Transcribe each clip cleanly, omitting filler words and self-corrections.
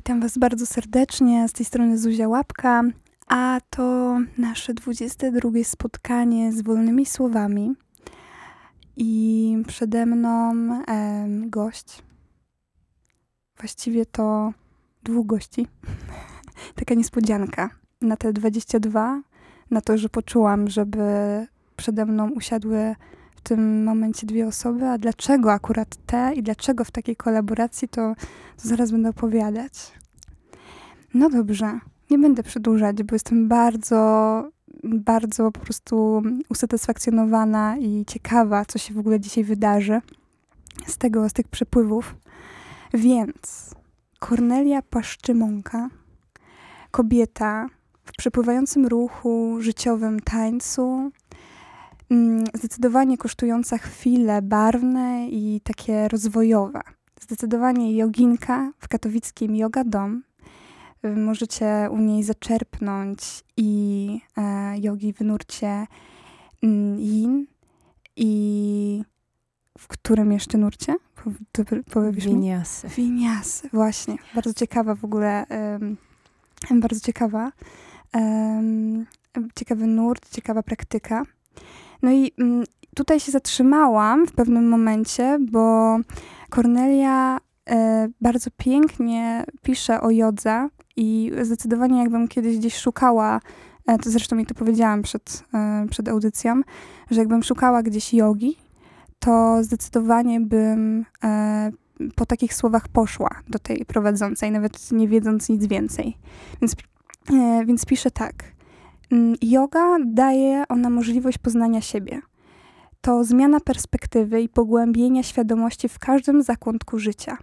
Witam Was bardzo serdecznie, z tej strony Zuzia Łapka, a to nasze 22. spotkanie z wolnymi słowami i przede mną gość, właściwie to 2 gości, taka niespodzianka na te 22, na to, że poczułam, żeby przede mną usiadły w tym momencie 2 osoby, a dlaczego akurat te i dlaczego w takiej kolaboracji, to zaraz będę opowiadać. No dobrze, nie będę przedłużać, bo jestem bardzo po prostu usatysfakcjonowana i ciekawa, co się w ogóle dzisiaj wydarzy z tych przepływów. Więc Kornelia Paszczymonka, kobieta w przepływającym ruchu, życiowym tańcu, zdecydowanie kosztująca chwile barwne i takie rozwojowe. Zdecydowanie joginka w katowickim Yoga Dom. Możecie u niej zaczerpnąć i jogi w nurcie Yin i w którym jeszcze nurcie? Winiasy. Winiasy, właśnie. Bardzo ciekawa w ogóle, bardzo ciekawa. Ciekawy nurt, ciekawa praktyka. No i tutaj się zatrzymałam w pewnym momencie, bo Kornelia bardzo pięknie pisze o jodze i zdecydowanie jakbym kiedyś gdzieś szukała, to zresztą mi to powiedziałam przed audycją, że jakbym szukała gdzieś jogi, to zdecydowanie bym po takich słowach poszła do tej prowadzącej, nawet nie wiedząc nic więcej. Więc pisze tak. Joga daje ona możliwość poznania siebie. To zmiana perspektywy i pogłębienia świadomości w każdym zakątku życia.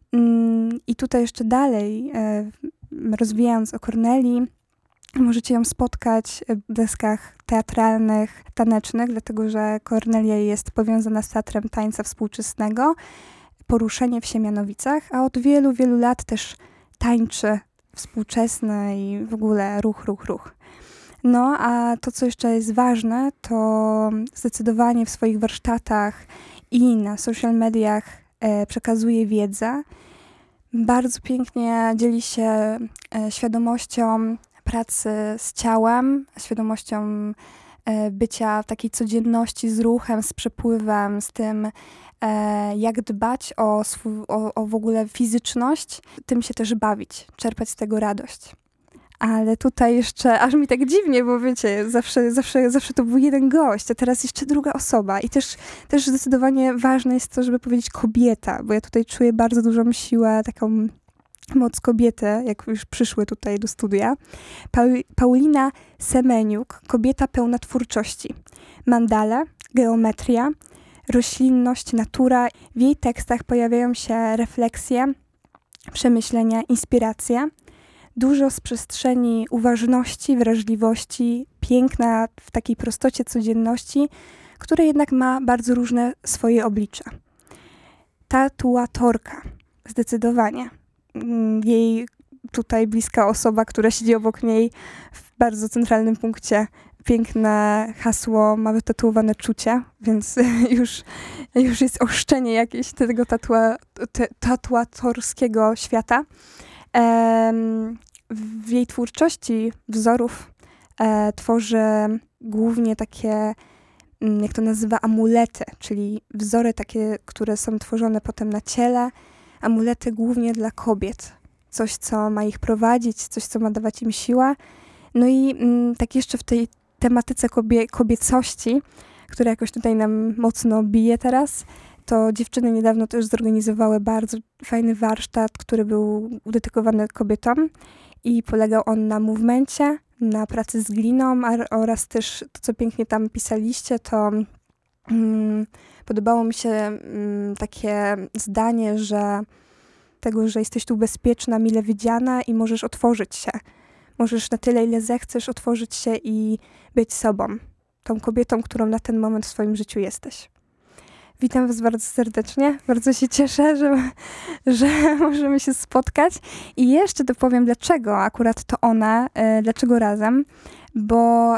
I tutaj jeszcze dalej, rozwijając o Kornelii, możecie ją spotkać w deskach teatralnych, tanecznych, dlatego że Kornelia jest powiązana z teatrem tańca współczesnego, Poruszenie w Siemianowicach, a od wielu, wielu lat też tańczy współczesny i w ogóle ruch. No, a to, co jeszcze jest ważne, to zdecydowanie w swoich warsztatach i na social mediach przekazuje wiedzę. Bardzo pięknie dzieli się świadomością pracy z ciałem, świadomością bycia w takiej codzienności z ruchem, z przepływem, z tym, jak dbać o w ogóle fizyczność, tym się też bawić, czerpać z tego radość. Ale tutaj jeszcze, aż mi tak dziwnie, bo wiecie, zawsze to był jeden gość, a teraz jeszcze druga osoba. I też zdecydowanie ważne jest to, żeby powiedzieć kobieta, bo ja tutaj czuję bardzo dużą siłę, taką moc kobiety, jak już przyszły tutaj do studia. Paulina Semeniuk, kobieta pełna twórczości. Mandale, geometria, roślinność, natura. W jej tekstach pojawiają się refleksje, przemyślenia, inspiracje. Dużo z przestrzeni uważności, wrażliwości, piękna w takiej prostocie codzienności, które jednak ma bardzo różne swoje oblicza. Tatuatorka, zdecydowanie. Jej tutaj bliska osoba, która siedzi obok niej w bardzo centralnym punkcie. Piękne hasło, ma wytatuowane czucie, więc już jest ochrzczenie jakieś tego tatuatorskiego świata. W jej twórczości wzorów tworzy głównie takie, jak to nazywa, amulety, czyli wzory takie, które są tworzone potem na ciele, amulety głównie dla kobiet. Coś, co ma ich prowadzić, coś, co ma dawać im siłę. No i tak jeszcze w tej tematyce kobiecości, która jakoś tutaj nam mocno bije teraz, to dziewczyny niedawno też zorganizowały bardzo fajny warsztat, który był dedykowany kobietom i polegał on na movemencie, na pracy z gliną oraz też to, co pięknie tam pisaliście, to podobało mi się takie zdanie, że jesteś tu bezpieczna, mile widziana i możesz otworzyć się. Możesz na tyle, ile zechcesz otworzyć się i być sobą, tą kobietą, którą na ten moment w swoim życiu jesteś. Witam Was bardzo serdecznie. Bardzo się cieszę, że możemy się spotkać. I jeszcze dopowiem, dlaczego akurat to ona, dlaczego razem. Bo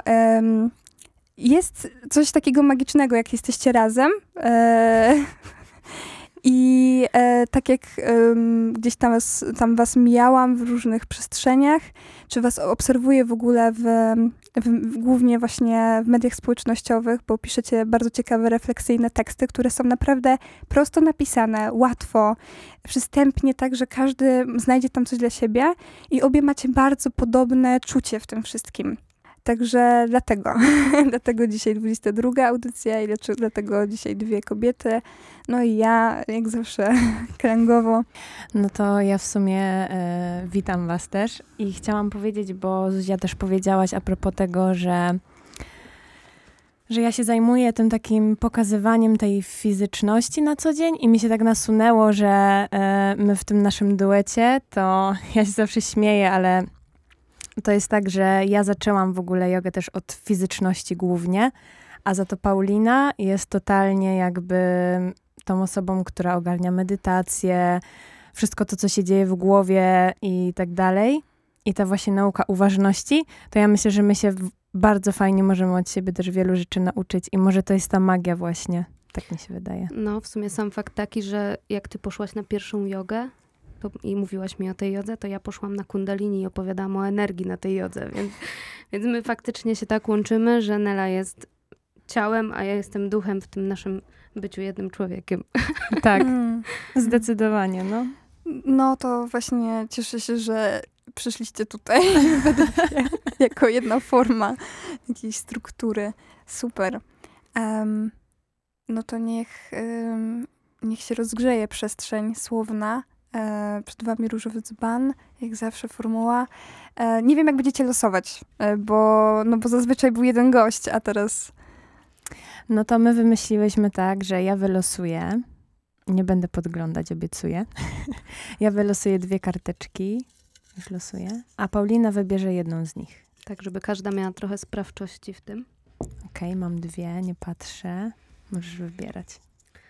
jest coś takiego magicznego, jak jesteście razem. I tak jak gdzieś tam was mijałam w różnych przestrzeniach, czy was obserwuję w ogóle głównie właśnie w mediach społecznościowych, bo piszecie bardzo ciekawe, refleksyjne teksty, które są naprawdę prosto napisane, łatwo, przystępnie, tak, że każdy znajdzie tam coś dla siebie i obie macie bardzo podobne czucie w tym wszystkim. Także dlatego dzisiaj 22 audycja i dlatego dzisiaj 2 kobiety. No i ja, jak zawsze, kręgowo. No to ja w sumie witam was też i chciałam powiedzieć, bo Zuzia też powiedziałaś a propos tego, że ja się zajmuję tym takim pokazywaniem tej fizyczności na co dzień i mi się tak nasunęło, że my w tym naszym duecie, to ja się zawsze śmieję, ale to jest tak, że ja zaczęłam w ogóle jogę też od fizyczności głównie, a za to Paulina jest totalnie jakby tą osobą, która ogarnia medytację, wszystko to, co się dzieje w głowie i tak dalej. I ta właśnie nauka uważności, to ja myślę, że my się bardzo fajnie możemy od siebie też wielu rzeczy nauczyć i może to jest ta magia właśnie, tak mi się wydaje. No, w sumie sam fakt taki, że jak ty poszłaś na pierwszą jogę i mówiłaś mi o tej jodze, to ja poszłam na kundalini i opowiadałam o energii na tej jodze, więc my faktycznie się tak łączymy, że Nela jest ciałem, a ja jestem duchem w tym naszym byciu jednym człowiekiem. Tak, zdecydowanie, no. No to właśnie cieszę się, że przyszliście tutaj jako jedna forma jakiejś struktury. Super. No to niech się rozgrzeje przestrzeń słowna. Przed wami różowy dzban, jak zawsze formuła. Nie wiem, jak będziecie losować, bo zazwyczaj był jeden gość, a teraz... No to my wymyśliłyśmy tak, że ja wylosuję, nie będę podglądać, obiecuję. Ja wylosuję 2 karteczki, już losuję, a Paulina wybierze jedną z nich. Tak, żeby każda miała trochę sprawczości w tym. Okej, mam 2, nie patrzę. Możesz wybierać.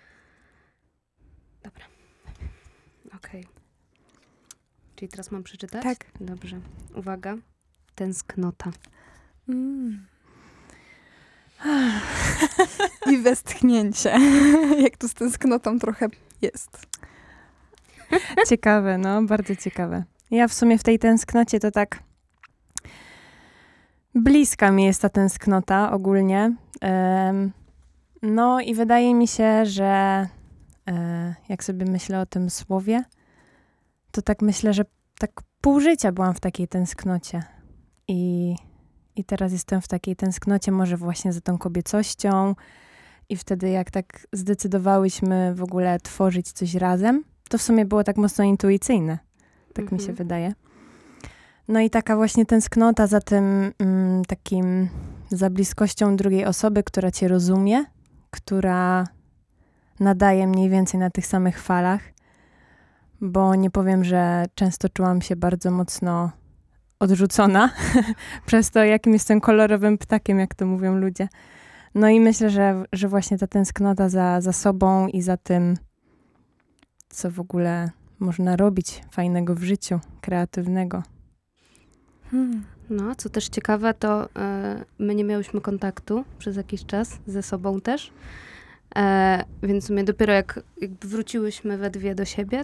Dobra. Okej. Czyli teraz mam przeczytać? Tak. Dobrze. Uwaga. Tęsknota. I westchnięcie. Jak tu z tęsknotą trochę jest. Ciekawe, no, bardzo ciekawe. Ja w sumie w tej tęsknocie to tak bliska mi jest ta tęsknota ogólnie. No i wydaje mi się, że jak sobie myślę o tym słowie, to tak myślę, że tak pół życia byłam w takiej tęsknocie. I teraz jestem w takiej tęsknocie może właśnie za tą kobiecością. I wtedy jak tak zdecydowałyśmy w ogóle tworzyć coś razem, to w sumie było tak mocno intuicyjne. Tak mi się wydaje. No i taka właśnie tęsknota za tym za bliskością drugiej osoby, która cię rozumie, która nadaje mniej więcej na tych samych falach, bo nie powiem, że często czułam się bardzo mocno odrzucona przez to, jakim jestem kolorowym ptakiem, jak to mówią ludzie. No i myślę, że właśnie ta tęsknota za sobą i za tym, co w ogóle można robić fajnego w życiu, kreatywnego. No, co też ciekawe, to my nie miałyśmy kontaktu przez jakiś czas ze sobą też. Więc w sumie dopiero jak wróciłyśmy we dwie do siebie,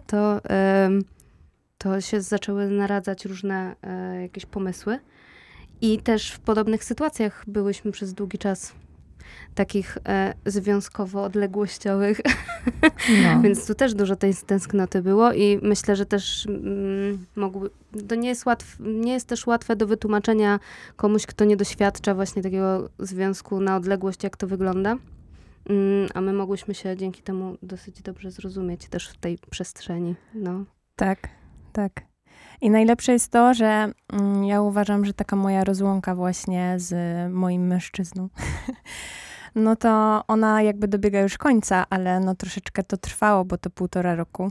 to się zaczęły naradzać różne jakieś pomysły. I też w podobnych sytuacjach byłyśmy przez długi czas takich związkowo-odległościowych. No. Więc tu też dużo tej tęsknoty było i myślę, że też to nie jest też łatwe do wytłumaczenia komuś, kto nie doświadcza właśnie takiego związku na odległość, jak to wygląda. A my mogłyśmy się dzięki temu dosyć dobrze zrozumieć też w tej przestrzeni. No. Tak, tak. I najlepsze jest to, że ja uważam, że taka moja rozłąka właśnie z moim mężczyzną, no to ona jakby dobiega już końca, ale no troszeczkę to trwało, bo to 1,5 roku.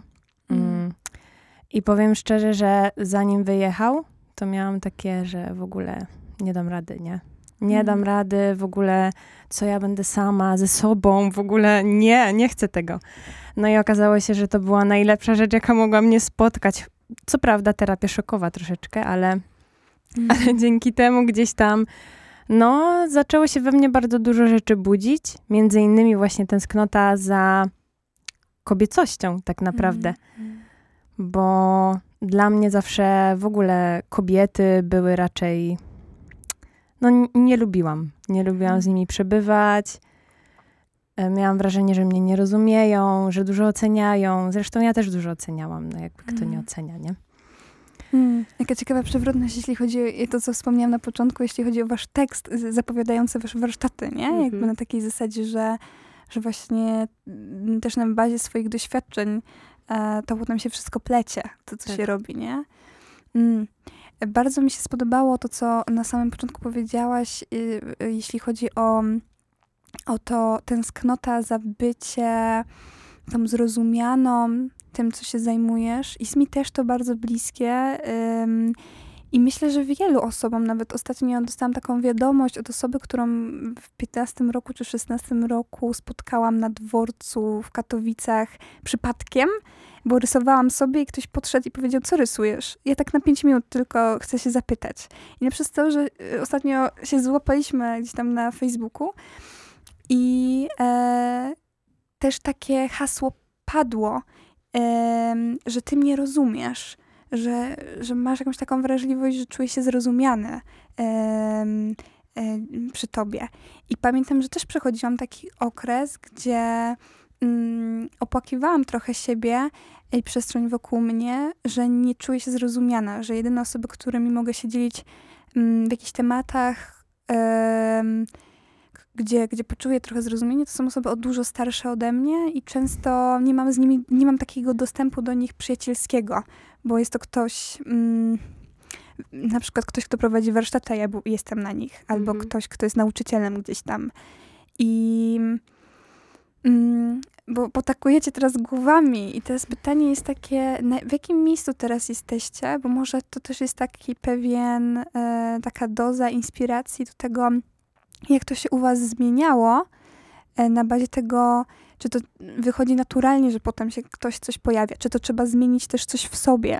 I powiem szczerze, że zanim wyjechał, to miałam takie, że w ogóle nie dam rady, nie? Nie dam rady, w ogóle co ja będę sama ze sobą, w ogóle nie chcę tego. No i okazało się, że to była najlepsza rzecz, jaka mogła mnie spotkać. Co prawda terapia szokowa troszeczkę, ale dzięki temu gdzieś tam zaczęło się we mnie bardzo dużo rzeczy budzić. Między innymi właśnie tęsknota za kobiecością tak naprawdę. Bo dla mnie zawsze w ogóle kobiety były raczej... No nie lubiłam. Nie lubiłam z nimi przebywać. Miałam wrażenie, że mnie nie rozumieją, że dużo oceniają. Zresztą ja też dużo oceniałam, no jakby kto nie ocenia, nie? Jaka ciekawa przewrotność, jeśli chodzi o to, co wspomniałam na początku, jeśli chodzi o wasz tekst zapowiadający wasze warsztaty, nie? Jakby na takiej zasadzie, że właśnie też na bazie swoich doświadczeń to potem się wszystko plecie, to co się robi, nie? Bardzo mi się spodobało to, co na samym początku powiedziałaś, jeśli chodzi o to tęsknota za bycie tą zrozumianą, tym, co się zajmujesz. Jest mi też to bardzo bliskie i myślę, że wielu osobom, nawet ostatnio dostałam taką wiadomość od osoby, którą w 15 roku czy 16 roku spotkałam na dworcu w Katowicach przypadkiem, bo rysowałam sobie i ktoś podszedł i powiedział, co rysujesz? Ja tak na 5 minut tylko chcę się zapytać. I przez to, że ostatnio się złapaliśmy gdzieś tam na Facebooku i też takie hasło padło, że ty mnie rozumiesz, że masz jakąś taką wrażliwość, że czujesz się zrozumiany przy tobie. I pamiętam, że też przechodziłam taki okres, gdzie opłakiwałam trochę siebie i przestrzeń wokół mnie, że nie czuję się zrozumiana, że jedyne osoby, którymi mogę się dzielić w jakichś tematach, gdzie poczuję trochę zrozumienie, to są osoby o dużo starsze ode mnie i często nie mam takiego dostępu do nich przyjacielskiego, bo jest to ktoś, na przykład ktoś, kto prowadzi warsztaty, a ja jestem na nich, albo ktoś, kto jest nauczycielem gdzieś tam. I bo potakujecie teraz głowami i teraz pytanie jest takie, w jakim miejscu teraz jesteście, bo może to też jest taki pewien, taka doza inspiracji do tego, jak to się u was zmieniało na bazie tego, czy to wychodzi naturalnie, że potem się coś pojawia, czy to trzeba zmienić też coś w sobie,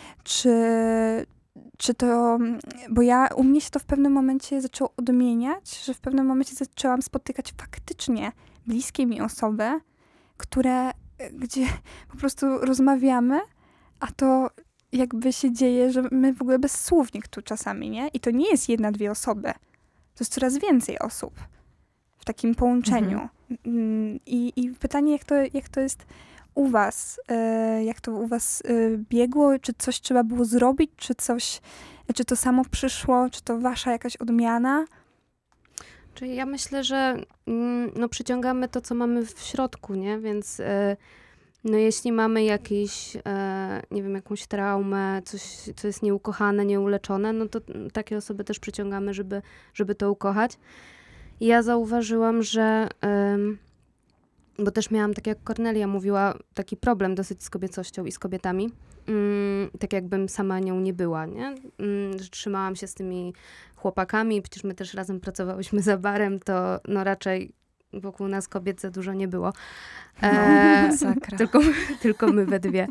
czy to, bo u mnie się to w pewnym momencie zaczęło odmieniać, że w pewnym momencie zaczęłam spotykać faktycznie bliskie mi osoby, gdzie po prostu rozmawiamy, a to jakby się dzieje, że my w ogóle bez słównik tu czasami, nie? I to nie jest 1-2 osoby. To jest coraz więcej osób w takim połączeniu. I pytanie, jak to jest u was? Jak to u was biegło? Czy coś trzeba było zrobić? Czy to samo przyszło? Czy to wasza jakaś odmiana? Czyli ja myślę, że przyciągamy to, co mamy w środku, nie? Więc jeśli mamy jakiś, nie wiem, jakąś traumę, coś, co jest nieukochane, nieuleczone, no to takie osoby też przyciągamy, żeby to ukochać. I ja zauważyłam, że, bo też miałam, tak jak Kornelia mówiła, taki problem dosyć z kobiecością i z kobietami. Tak jakbym sama nią nie była, nie? Że trzymałam się z tymi chłopakami, przecież my też razem pracowałyśmy za barem, to raczej wokół nas kobiet za dużo nie było. Tylko my we dwie.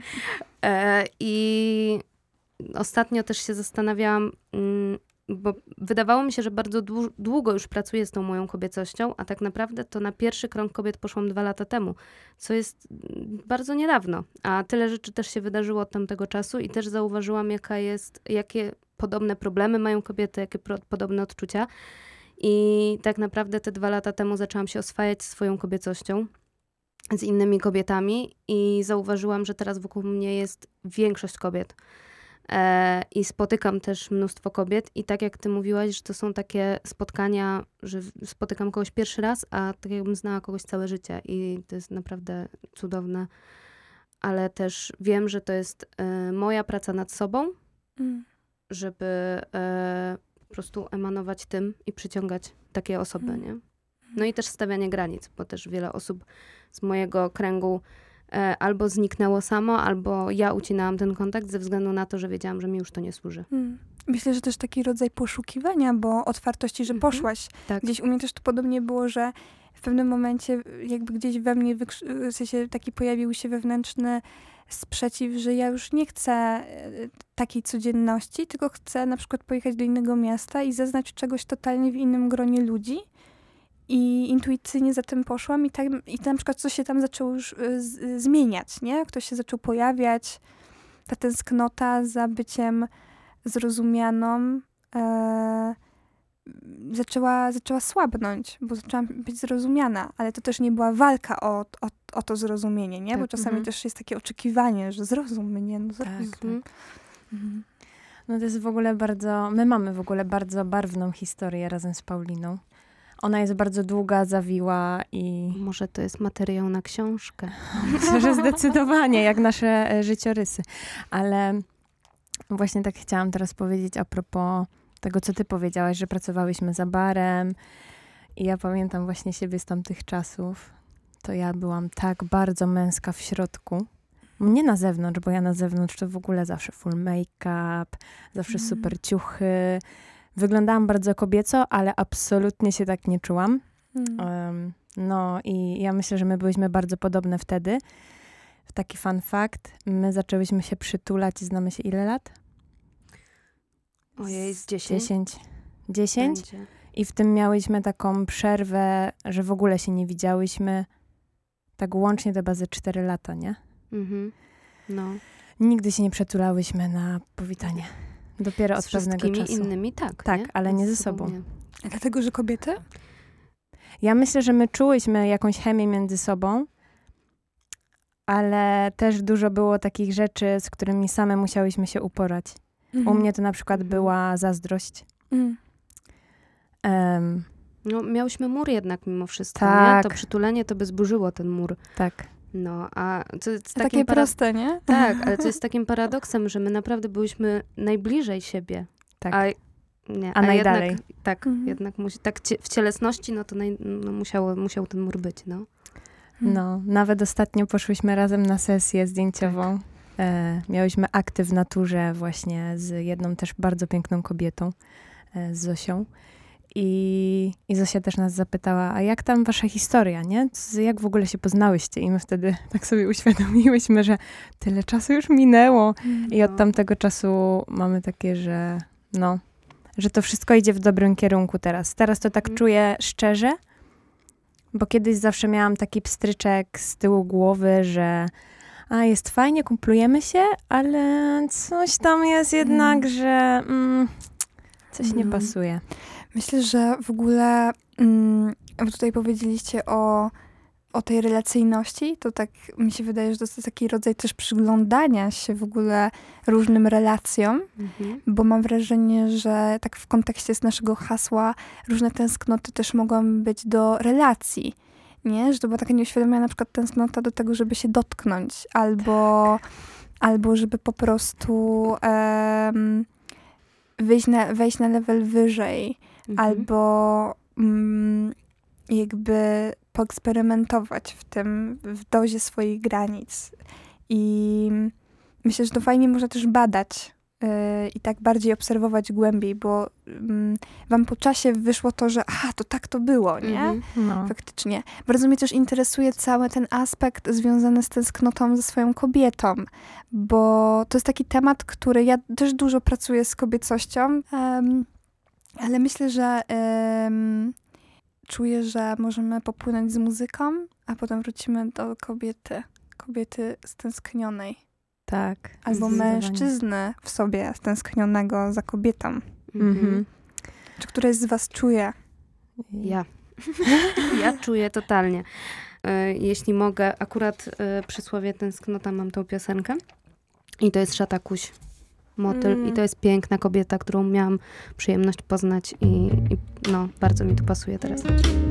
I ostatnio też się zastanawiałam, bo wydawało mi się, że bardzo długo już pracuję z tą moją kobiecością, a tak naprawdę to na pierwszy krąg kobiet poszłam 2 lata temu, co jest bardzo niedawno. A tyle rzeczy też się wydarzyło od tamtego czasu i też zauważyłam, jakie podobne problemy mają kobiety, jakie podobne odczucia. I tak naprawdę te 2 lata temu zaczęłam się oswajać swoją kobiecością z innymi kobietami i zauważyłam, że teraz wokół mnie jest większość kobiet. I spotykam też mnóstwo kobiet i tak jak ty mówiłaś, że to są takie spotkania, że spotykam kogoś pierwszy raz, a tak jakbym znała kogoś całe życie i to jest naprawdę cudowne. Ale też wiem, że to jest moja praca nad sobą, żeby po prostu emanować tym i przyciągać takie osoby, nie? No i też stawianie granic, bo też wiele osób z mojego kręgu albo zniknęło samo, albo ja ucinałam ten kontakt ze względu na to, że wiedziałam, że mi już to nie służy. Myślę, że też taki rodzaj poszukiwania, bo otwartości, że poszłaś. Tak. Gdzieś u mnie też to podobnie było, że w pewnym momencie jakby gdzieś we mnie w sensie taki pojawił się wewnętrzny sprzeciw, że ja już nie chcę takiej codzienności, tylko chcę na przykład pojechać do innego miasta i zaznać czegoś totalnie w innym gronie ludzi. i intuicyjnie za tym poszłam i na przykład coś się tam zaczęło już zmieniać, nie? Ktoś się zaczął pojawiać, ta tęsknota za byciem zrozumianą zaczęła słabnąć, bo zaczęłam być zrozumiana, ale to też nie była walka o to zrozumienie, nie? Bo czasami też jest takie oczekiwanie, że zrozum mnie, no zrozum. Tak. No to jest w ogóle my mamy w ogóle bardzo barwną historię razem z Pauliną. Ona jest bardzo długa, zawiła i... Może to jest materiał na książkę. Myślę, że zdecydowanie, jak nasze życiorysy. Ale właśnie tak chciałam teraz powiedzieć a propos tego, co ty powiedziałaś, że pracowałyśmy za barem i ja pamiętam właśnie siebie z tamtych czasów. To ja byłam tak bardzo męska w środku. Nie na zewnątrz, bo ja na zewnątrz to w ogóle zawsze full make-up, zawsze super ciuchy. Wyglądałam bardzo kobieco, ale absolutnie się tak nie czułam. No i ja myślę, że my byliśmy bardzo podobne wtedy. Taki fun fact, my zaczęłyśmy się przytulać, znamy się ile lat? Ojej, z 10. 10? Będzie. I w tym miałyśmy taką przerwę, że w ogóle się nie widziałyśmy. Tak łącznie chyba ze 4 lata, nie? No. Nigdy się nie przytulałyśmy na powitanie. Dopiero od pewnego czasu. Z wszystkimi innymi tak, tak, nie? ale nie ze sobą. Nie. Dlatego, że kobiety? Ja myślę, że my czułyśmy jakąś chemię między sobą, ale też dużo było takich rzeczy, z którymi same musiałyśmy się uporać. U mnie to na przykład była zazdrość. No, miałyśmy mur jednak mimo wszystko, tak. Nie? To przytulenie to by zburzyło ten mur. Tak. No, a co jest takie proste, nie? Tak, ale to jest takim paradoksem, że my naprawdę byłyśmy najbliżej siebie. Tak. A najdalej. Jednak, tak, jednak w cielesności, no to musiał ten mur być, no. No, nawet ostatnio poszłyśmy razem na sesję zdjęciową. Tak. Miałyśmy akty w naturze właśnie z jedną też bardzo piękną kobietą, z Zosią. I Zosia też nas zapytała, a jak tam wasza historia, nie? Jak w ogóle się poznałyście? I my wtedy tak sobie uświadomiłyśmy, że tyle czasu już minęło. I od tamtego czasu mamy takie, że że to wszystko idzie w dobrym kierunku teraz. Teraz to tak czuję szczerze, bo kiedyś zawsze miałam taki pstryczek z tyłu głowy, że jest fajnie, kumplujemy się, ale coś tam jest jednak, że coś nie pasuje. Myślę, że w ogóle tutaj powiedzieliście o tej relacyjności, to tak mi się wydaje, że to jest taki rodzaj też przyglądania się w ogóle różnym relacjom, bo mam wrażenie, że tak w kontekście z naszego hasła różne tęsknoty też mogą być do relacji, nie? Że to była taka nieuświadomiona na przykład tęsknota do tego, żeby się dotknąć, albo żeby po prostu wejść na level wyżej, albo jakby poeksperymentować w dozie swoich granic. I myślę, że to fajnie można też badać i tak bardziej obserwować głębiej, bo wam po czasie wyszło to, że to tak to było, nie? No. Faktycznie. Bardzo mnie też interesuje cały ten aspekt związany z tęsknotą ze swoją kobietą, bo to jest taki temat, który ja też dużo pracuję z kobiecością, ale myślę, że czuję, że możemy popłynąć z muzyką, a potem wrócimy do kobiety stęsknionej. Tak. Albo mężczyzny w sobie stęsknionego za kobietą. Czy któreś z was czuje? Ja. Ja czuję totalnie. Jeśli mogę, akurat przy słowie tęsknota mam tą piosenkę. I to jest Szata Kuś, Motyl. I to jest piękna kobieta, którą miałam przyjemność poznać i bardzo mi to pasuje teraz.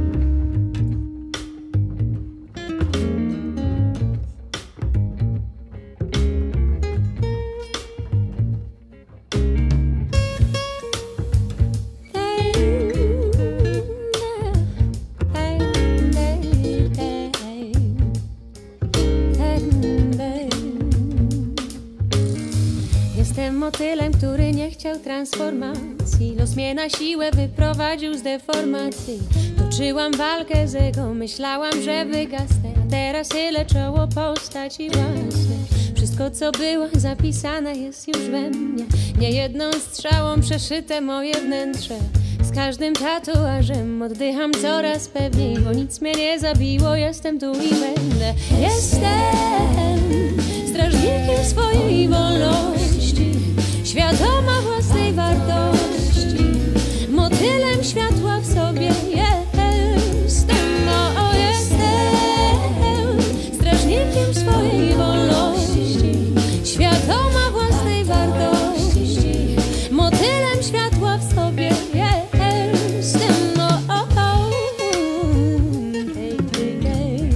Jestem motylem, który nie chciał transformacji. Los mnie na siłę wyprowadził z deformacji. Toczyłam walkę z ego, myślałam, że wygasnę. A teraz chylę czoło postaci własnej. Wszystko, co było zapisane, jest już we mnie. Niejedną strzałą przeszyte moje wnętrze. Z każdym tatuażem oddycham coraz pewniej, bo nic mnie nie zabiło, jestem tu i będę. Jestem strażnikiem swojej wolności, świadoma własnej wartości, motylem światła w sobie jestem. No, jestem strażnikiem swojej wolności, świadoma własnej wartości, motylem światła w sobie jestem. No, hey, hey, hey.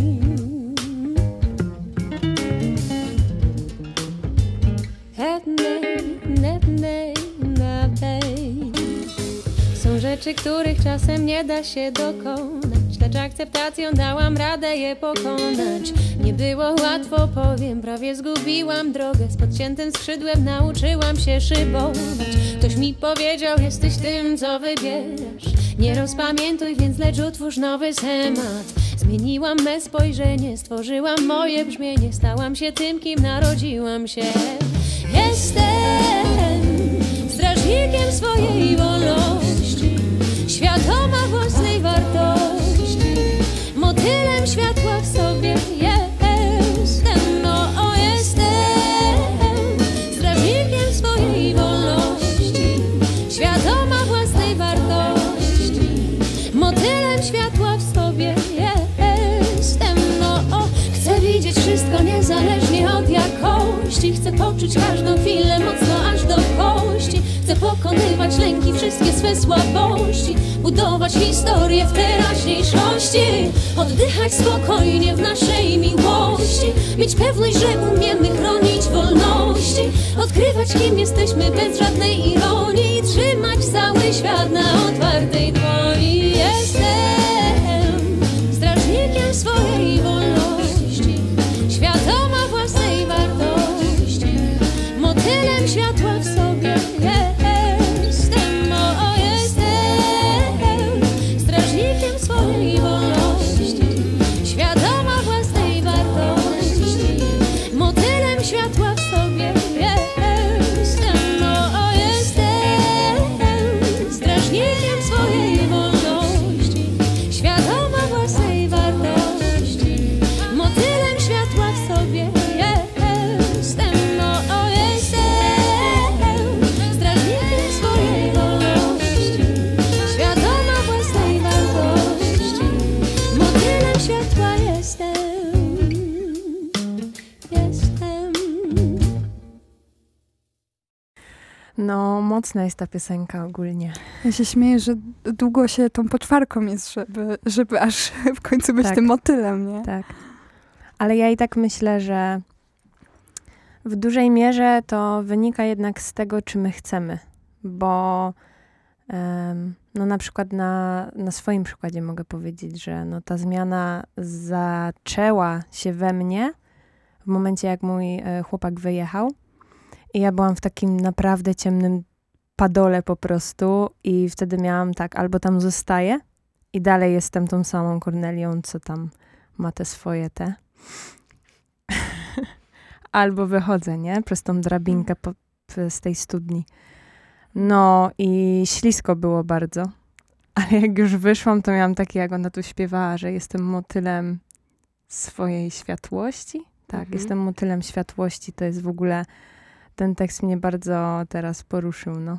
Są rzeczy, których czasem nie da się dokonać, lecz akceptacją dałam radę je pokonać. Nie było łatwo, powiem, prawie zgubiłam drogę. Z podciętym skrzydłem nauczyłam się szybować. Ktoś mi powiedział, jesteś tym, co wybierasz. Nie rozpamiętuj, więc lecz utwórz nowy schemat. Zmieniłam me spojrzenie, stworzyłam moje brzmienie. Stałam się tym, kim narodziłam się. Jestem strażnikiem swojej wolności, świadoma własnej wartości, motylem światła w sobie jestem. No, jestem strażnikiem swojej wolności, świadoma własnej wartości, motylem światła w sobie jestem. No, chcę widzieć wszystko niezależnie od jakości, chcę poczuć każdą chwilę mocno aż do kości. Chcę pokonywać lęki, wszystkie swe słabości, budować historię w teraźniejszości, oddychać spokojnie w naszej miłości, mieć pewność, że umiemy chronić wolności, odkrywać, kim jesteśmy bez żadnej ironii, trzymać cały świat na otwartej dłoni. Jestem strażnikiem swojej wolności, świadoma własnej wartości, motylem światła w sobie jestem. O, jestem strażnikiem swojej wolności, świadoma własnej wartości, motylem światła w sobie jestem. O, jestem strażnikiem swojej wolności, świadoma własnej wartości, motylem światła w sobie jestem. O, jestem strażnikiem swojej wolności, świadoma własnej wartości, motylem światła jestem. No, mocna jest ta piosenka ogólnie. Ja się śmieję, że długo się tą poczwarką jest, żeby aż w końcu być Tak. tym motylem, nie? Tak. Ale ja i tak myślę, że w dużej mierze to wynika jednak z tego, czy my chcemy. Bo no na przykład na swoim przykładzie mogę powiedzieć, że no ta zmiana zaczęła się we mnie w momencie, jak mój chłopak wyjechał. I ja byłam w takim naprawdę ciemnym padole po prostu i wtedy miałam tak, albo tam zostaję i dalej jestem tą samą Kornelią, co tam ma te swoje albo wychodzę, nie? Przez tą drabinkę z tej studni. No i ślisko było bardzo. Ale jak już wyszłam, to miałam takie, jak ona tu śpiewała, że jestem motylem swojej światłości. Tak, jestem motylem światłości. To jest w ogóle... Ten tekst mnie bardzo teraz poruszył, no.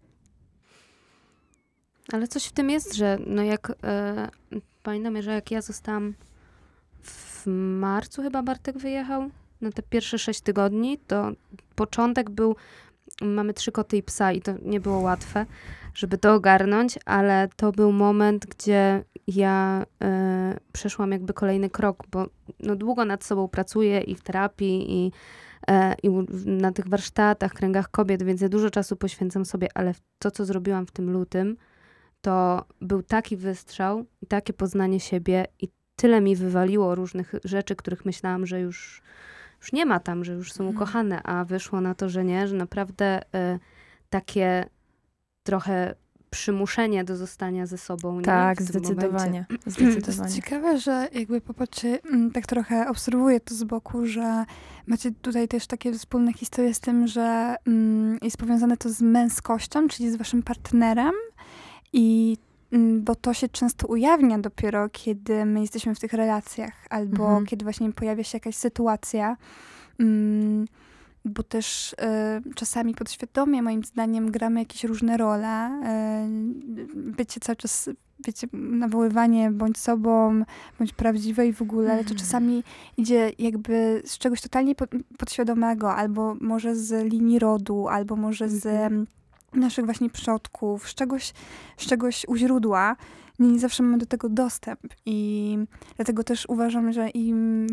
Ale coś w tym jest, że no jak pamiętam, że jak ja zostałam w marcu, chyba Bartek wyjechał na te pierwsze 6 tygodni, to początek był, mamy 3 koty i psa i to nie było łatwe, żeby to ogarnąć, ale to był moment, gdzie ja przeszłam jakby kolejny krok, bo no długo nad sobą pracuję i w terapii i na tych warsztatach, kręgach kobiet, więc ja dużo czasu poświęcam sobie, ale to, co zrobiłam w tym lutym, to był taki wystrzał i takie poznanie siebie i tyle mi wywaliło różnych rzeczy, których myślałam, że już nie ma tam, że już są ukochane, a wyszło na to, że nie, że naprawdę takie trochę przymuszenie do zostania ze sobą. Tak, nie? zdecydowanie. To jest ciekawe, że jakby popatrzcie, tak trochę obserwuję to z boku, że macie tutaj też takie wspólne historie z tym, że jest powiązane to z męskością, czyli z waszym partnerem I bo to się często ujawnia dopiero, kiedy my jesteśmy w tych relacjach, albo kiedy właśnie pojawia się jakaś sytuacja, bo też czasami podświadomie, moim zdaniem, gramy jakieś różne role. Bycie cały czas, wiecie, nawoływanie bądź sobą, bądź prawdziwe i w ogóle, ale to czasami idzie jakby z czegoś totalnie podświadomego, albo może z linii rodu, albo może z naszych właśnie przodków, z czegoś u źródła. Nie zawsze mamy do tego dostęp i dlatego też uważam, że im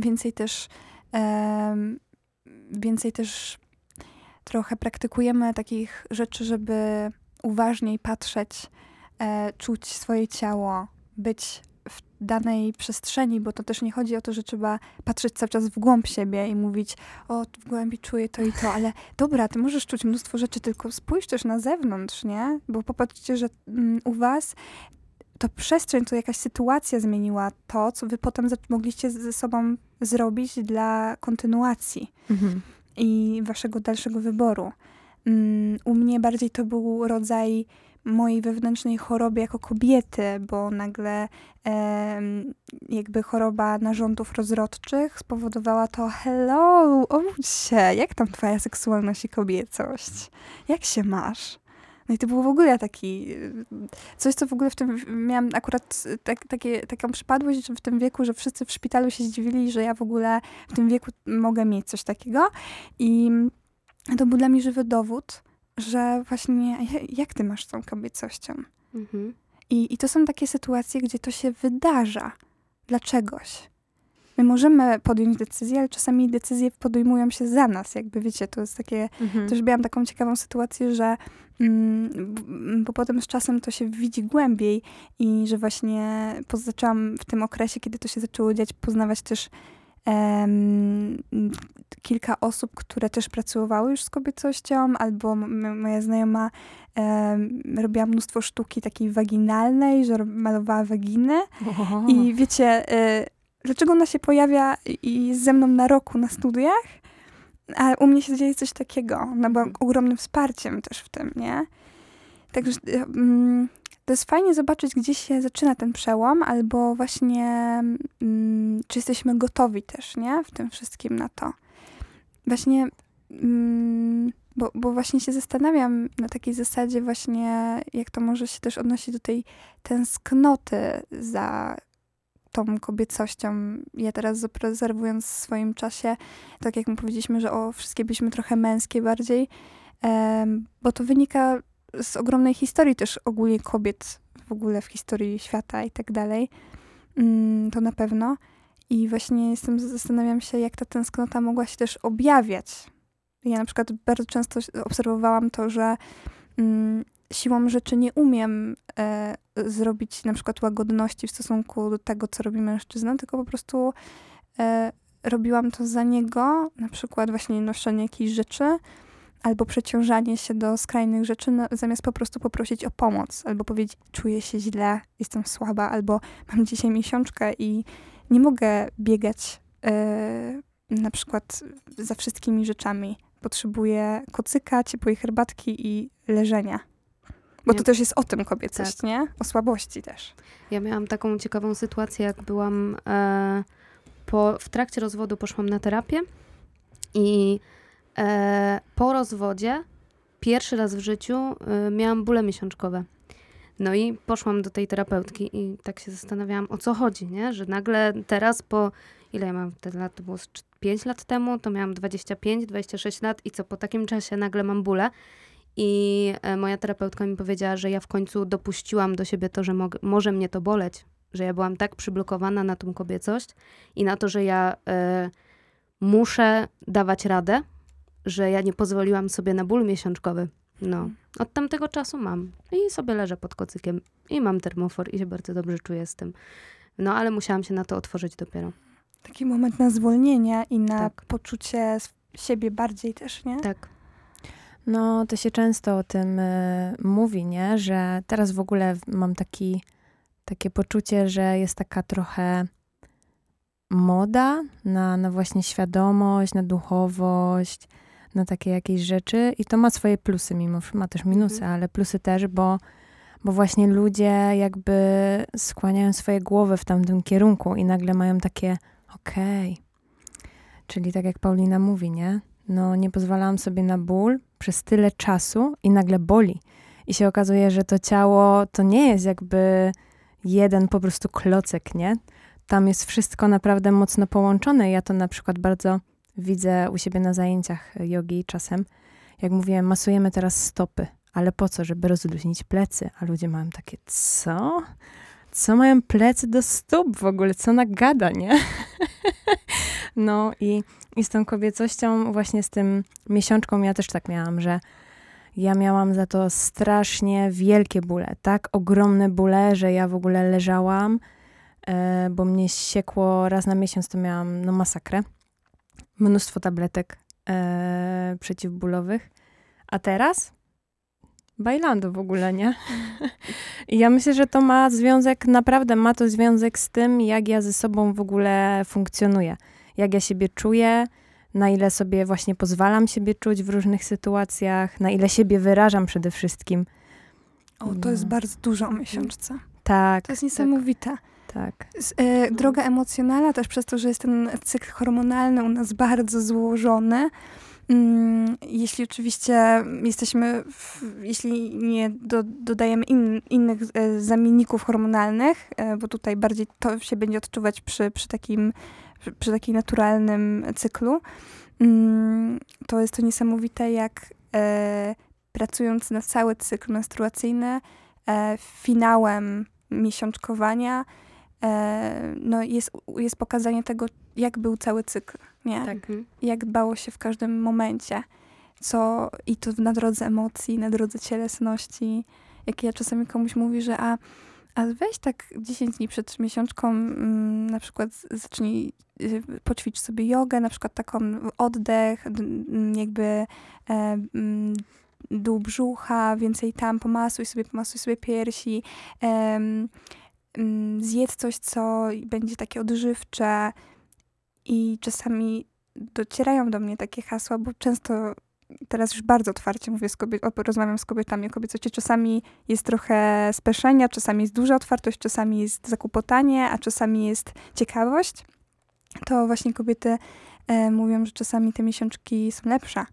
więcej też trochę praktykujemy takich rzeczy, żeby uważniej patrzeć, czuć swoje ciało, być w danej przestrzeni, bo to też nie chodzi o to, że trzeba patrzeć cały czas w głąb siebie i mówić, o, w głębi czuję to i to, ale dobra, ty możesz czuć mnóstwo rzeczy, tylko spójrz też na zewnątrz, nie? Bo popatrzcie, że u was to przestrzeń, to jakaś sytuacja zmieniła to, co wy potem mogliście ze sobą zrobić dla kontynuacji i waszego dalszego wyboru. U mnie bardziej to był rodzaj mojej wewnętrznej choroby jako kobiety, bo nagle jakby choroba narządów rozrodczych spowodowała to, hello, obudź się, jak tam twoja seksualność i kobiecość? Jak się masz? No i to było w ogóle coś, co w ogóle w tym, miałam akurat taką przypadłość, że w tym wieku, że wszyscy w szpitalu się zdziwili, że ja w ogóle w tym wieku mogę mieć coś takiego. I to był dla mnie żywy dowód, że właśnie jak ty masz z tą kobiecością? I to są takie sytuacje, gdzie to się wydarza dla czegoś. My możemy podjąć decyzję, ale czasami decyzje podejmują się za nas. Jakby wiecie, to jest takie... Też miałam taką ciekawą sytuację, że bo potem z czasem to się widzi głębiej i że właśnie zaczęłam w tym okresie, kiedy to się zaczęło dziać, poznawać też kilka osób, które też pracowały już z kobiecością, albo moja znajoma robiła mnóstwo sztuki takiej waginalnej, że malowała waginy. I wiecie, dlaczego ona się pojawia i jest ze mną na roku na studiach, a u mnie się dzieje coś takiego. Ona była ogromnym wsparciem też w tym, nie? Także to jest fajnie zobaczyć, gdzie się zaczyna ten przełom, albo właśnie czy jesteśmy gotowi też, nie? W tym wszystkim na to. Właśnie, bo właśnie się zastanawiam na takiej zasadzie właśnie, jak to może się też odnosić do tej tęsknoty za tą kobiecością. Ja teraz obserwując w swoim czasie, tak jak my powiedzieliśmy, że wszystkie byliśmy trochę męskie bardziej, bo to wynika z ogromnej historii też ogólnie kobiet w ogóle w historii świata i tak dalej. To na pewno. I właśnie zastanawiam się, jak ta tęsknota mogła się też objawiać. Ja na przykład bardzo często obserwowałam to, że siłą rzeczy nie umiem zrobić na przykład łagodności w stosunku do tego, co robi mężczyzna, tylko po prostu robiłam to za niego, na przykład właśnie noszenie jakichś rzeczy, albo przeciążanie się do skrajnych rzeczy, zamiast po prostu poprosić o pomoc, albo powiedzieć, czuję się źle, jestem słaba, albo mam dzisiaj miesiączkę i nie mogę biegać na przykład za wszystkimi rzeczami. Potrzebuję kocyka, ciepłej herbatki i leżenia. Bo to też jest o tym kobiecość, tak. Nie? O słabości też. Ja miałam taką ciekawą sytuację, jak byłam w trakcie rozwodu poszłam na terapię i po rozwodzie pierwszy raz w życiu miałam bóle miesiączkowe. No i poszłam do tej terapeutki i tak się zastanawiałam, o co chodzi, nie? Że nagle teraz ile ja mam wtedy lat? To było 5 lat temu, to miałam 25, 26 lat i co, po takim czasie nagle mam bóle. I moja terapeutka mi powiedziała, że ja w końcu dopuściłam do siebie to, że może mnie to boleć, że ja byłam tak przyblokowana na tą kobiecość i na to, że ja muszę dawać radę, że ja nie pozwoliłam sobie na ból miesiączkowy. No, od tamtego czasu mam. I sobie leżę pod kocykiem i mam termofor i się bardzo dobrze czuję z tym. No, ale musiałam się na to otworzyć dopiero. Taki moment na zwolnienie i na poczucie siebie bardziej też, nie? Tak. No, to się często o tym mówi, nie? Że teraz w ogóle mam takie poczucie, że jest taka trochę moda na właśnie świadomość, na duchowość, na takie jakieś rzeczy i to ma swoje plusy, ma też minusy, ale plusy też, bo bo właśnie ludzie jakby skłaniają swoje głowy w tamtym kierunku i nagle mają takie okej. Czyli tak jak Paulina mówi, nie? No nie pozwalałam sobie na ból przez tyle czasu i nagle boli. I się okazuje, że to ciało to nie jest jakby jeden po prostu klocek, nie? Tam jest wszystko naprawdę mocno połączone. Ja to na przykład bardzo widzę u siebie na zajęciach jogi czasem. Jak mówię, masujemy teraz stopy. Ale po co? Żeby rozluźnić plecy. A ludzie mają takie, co? Co mają plecy do stóp w ogóle? Co ona gada, nie? No i z tą kobiecością, właśnie z tym miesiączką, ja też tak miałam, że ja miałam za to strasznie wielkie bóle. Tak ogromne bóle, że ja w ogóle leżałam, bo mnie siekło raz na miesiąc, to miałam no masakrę. Mnóstwo tabletek przeciwbólowych. A teraz? Bailando w ogóle, nie? I ja myślę, że to ma związek, naprawdę ma to związek z tym, jak ja ze sobą w ogóle funkcjonuję. Jak ja siebie czuję, na ile sobie właśnie pozwalam siebie czuć w różnych sytuacjach, na ile siebie wyrażam przede wszystkim. O, to jest bardzo dużo o miesiączce. Tak. To jest niesamowite. Tak. Droga emocjonalna też przez to, że jest ten cykl hormonalny u nas bardzo złożony. Jeśli oczywiście jeśli nie dodajemy innych zamienników hormonalnych, bo tutaj bardziej to się będzie odczuwać przy takim naturalnym cyklu, to jest to niesamowite, jak pracując na cały cykl menstruacyjny, finałem miesiączkowania, no jest pokazanie tego, jak był cały cykl, nie? Tak. Jak dbało się w każdym momencie. I to na drodze emocji, na drodze cielesności. Jak ja czasami komuś mówię, że a weź tak 10 dni przed miesiączką, na przykład zacznij, poćwicz sobie jogę, na przykład taką oddech, jakby dół brzucha, więcej tam, pomasuj sobie piersi, zjedz coś, co będzie takie odżywcze. I czasami docierają do mnie takie hasła, bo często teraz już bardzo otwarcie mówię rozmawiam z kobietami o kobiecości. Czasami jest trochę speszenia, czasami jest duża otwartość, czasami jest zakłopotanie, a czasami jest ciekawość. To właśnie kobiety mówią, że czasami te miesiączki są lepsze.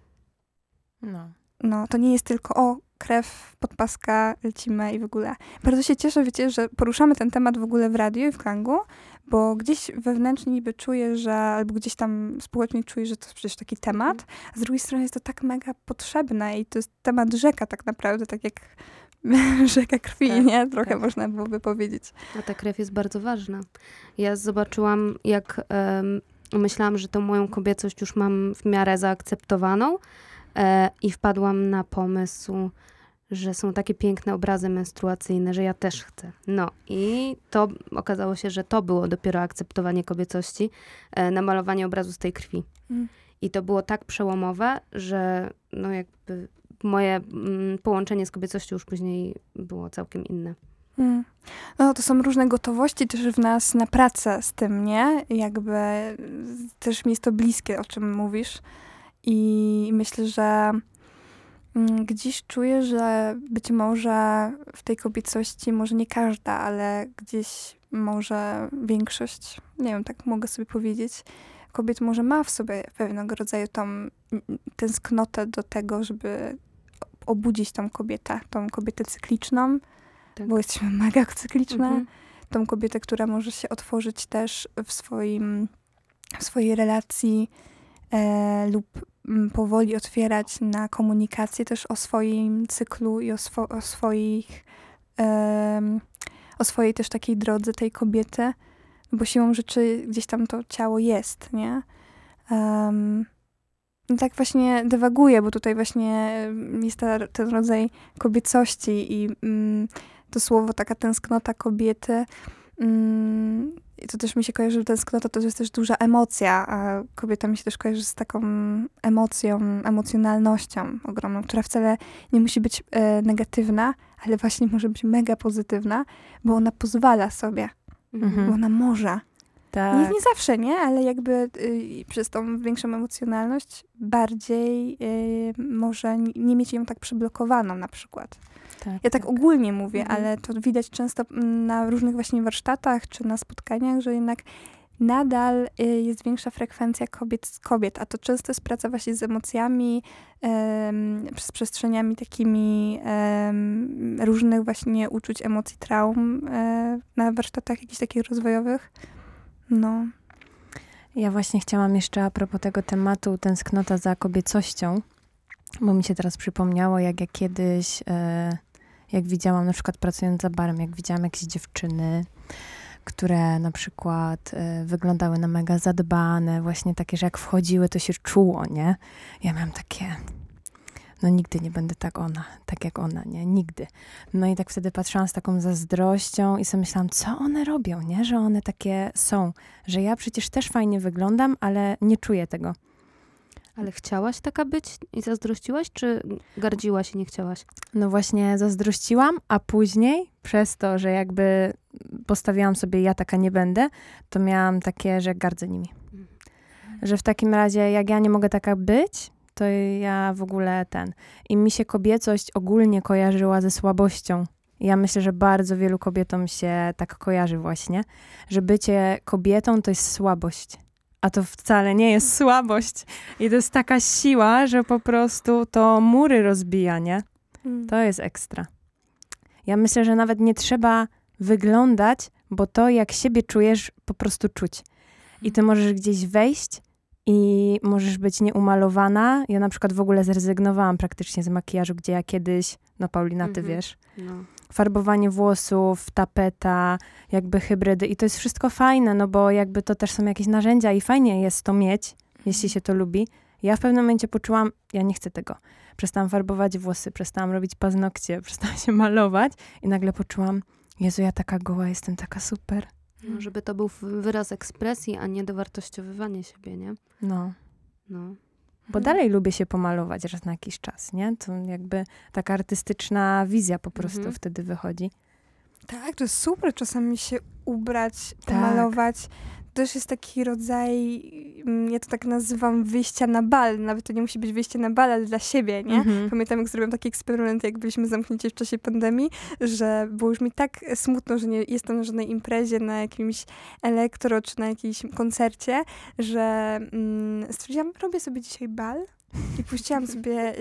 No, to nie jest tylko krew, podpaska, lecimy i w ogóle. Bardzo się cieszę, wiecie, że poruszamy ten temat w ogóle w radiu i w Klangu, bo gdzieś wewnętrznie niby czuję, albo gdzieś tam społecznie czuję, że to jest przecież taki temat, a z drugiej strony jest to tak mega potrzebne i to jest temat rzeka tak naprawdę, tak jak rzeka krwi, tak, nie? Trochę można byłoby powiedzieć. A ta krew jest bardzo ważna. Ja zobaczyłam, jak myślałam, że tą moją kobiecość już mam w miarę zaakceptowaną, i wpadłam na pomysł, że są takie piękne obrazy menstruacyjne, że ja też chcę. No i to okazało się, że to było dopiero akceptowanie kobiecości, namalowanie obrazu z tej krwi. I to było tak przełomowe, że no jakby moje połączenie z kobiecością już później było całkiem inne. No to są różne gotowości też w nas na pracę z tym, nie? Jakby też mi jest to bliskie, o czym mówisz. I myślę, że gdzieś czuję, że być może w tej kobiecości, może nie każda, ale gdzieś może większość, nie wiem, tak mogę sobie powiedzieć, kobiet może ma w sobie pewnego rodzaju tą tęsknotę do tego, żeby obudzić tą kobietę cykliczną, tak. Bo jesteśmy mega cykliczne, tą kobietę, która może się otworzyć też w swojej relacji lub powoli otwierać na komunikację też o swoim cyklu i o swojej też takiej drodze tej kobiety, bo siłą rzeczy gdzieś tam to ciało jest, nie? Tak właśnie dywaguję, bo tutaj właśnie jest ten rodzaj kobiecości i to słowo, taka tęsknota kobiety. I to też mi się kojarzy, że tęsknota to jest też duża emocja, a kobieta mi się też kojarzy z taką emocjonalnością ogromną, która wcale nie musi być negatywna, ale właśnie może być mega pozytywna, bo ona pozwala sobie, bo ona może. Tak. Nie zawsze, nie? Ale jakby przez tą większą emocjonalność bardziej może nie mieć ją tak przyblokowaną na przykład. Ja tak ogólnie mówię, ale to widać często na różnych właśnie warsztatach czy na spotkaniach, że jednak nadal jest większa frekwencja kobiet, a to często jest praca właśnie z emocjami, z przestrzeniami takimi różnych właśnie uczuć, emocji, traum na warsztatach jakichś takich rozwojowych. No. Ja właśnie chciałam jeszcze a propos tego tematu tęsknota za kobiecością, bo mi się teraz przypomniało, jak ja kiedyś, jak widziałam na przykład pracując za barem, jak widziałam jakieś dziewczyny, które na przykład wyglądały na mega zadbane, właśnie takie, że jak wchodziły, to się czuło, nie? Ja miałam takie, no nigdy nie będę tak jak ona, nie? Nigdy. No i tak wtedy patrzyłam z taką zazdrością i sobie myślałam, co one robią, nie? Że one takie są, że ja przecież też fajnie wyglądam, ale nie czuję tego. Ale chciałaś taka być i zazdrościłaś, czy gardziłaś i nie chciałaś? No właśnie zazdrościłam, a później przez to, że jakby postawiłam sobie ja taka nie będę, to miałam takie, że gardzę nimi. Że w takim razie jak ja nie mogę taka być, to ja w ogóle I mi się kobiecość ogólnie kojarzyła ze słabością. Ja myślę, że bardzo wielu kobietom się tak kojarzy właśnie, że bycie kobietą to jest słabość. A to wcale nie jest słabość. I to jest taka siła, że po prostu to mury rozbija, nie? To jest ekstra. Ja myślę, że nawet nie trzeba wyglądać, bo to jak siebie czujesz, po prostu czuć. I ty możesz gdzieś wejść i możesz być nieumalowana. Ja na przykład w ogóle zrezygnowałam praktycznie z makijażu, gdzie ja kiedyś, no Paulina, ty wiesz, farbowanie włosów, tapeta, jakby hybrydy i to jest wszystko fajne, no bo jakby to też są jakieś narzędzia i fajnie jest to mieć, jeśli się to lubi. Ja w pewnym momencie poczułam, ja nie chcę tego. Przestałam farbować włosy, przestałam robić paznokcie, przestałam się malować i nagle poczułam, Jezu, ja taka goła jestem, taka super. No, żeby to był wyraz ekspresji, a nie dowartościowywanie siebie, nie? No. No. Bo dalej lubię się pomalować raz na jakiś czas, nie? To jakby taka artystyczna wizja po prostu wtedy wychodzi. Tak, to jest super czasami się ubrać, pomalować. To też jest taki rodzaj, ja to tak nazywam wyjścia na bal. Nawet to nie musi być wyjście na bal, ale dla siebie, nie? Pamiętam, jak zrobiłam taki eksperyment, jak byliśmy zamknięci w czasie pandemii, że było już mi tak smutno, że nie jestem na żadnej imprezie, na jakimś elektro, czy na jakimś koncercie, że stwierdziłam, robię sobie dzisiaj bal. I puściłam sobie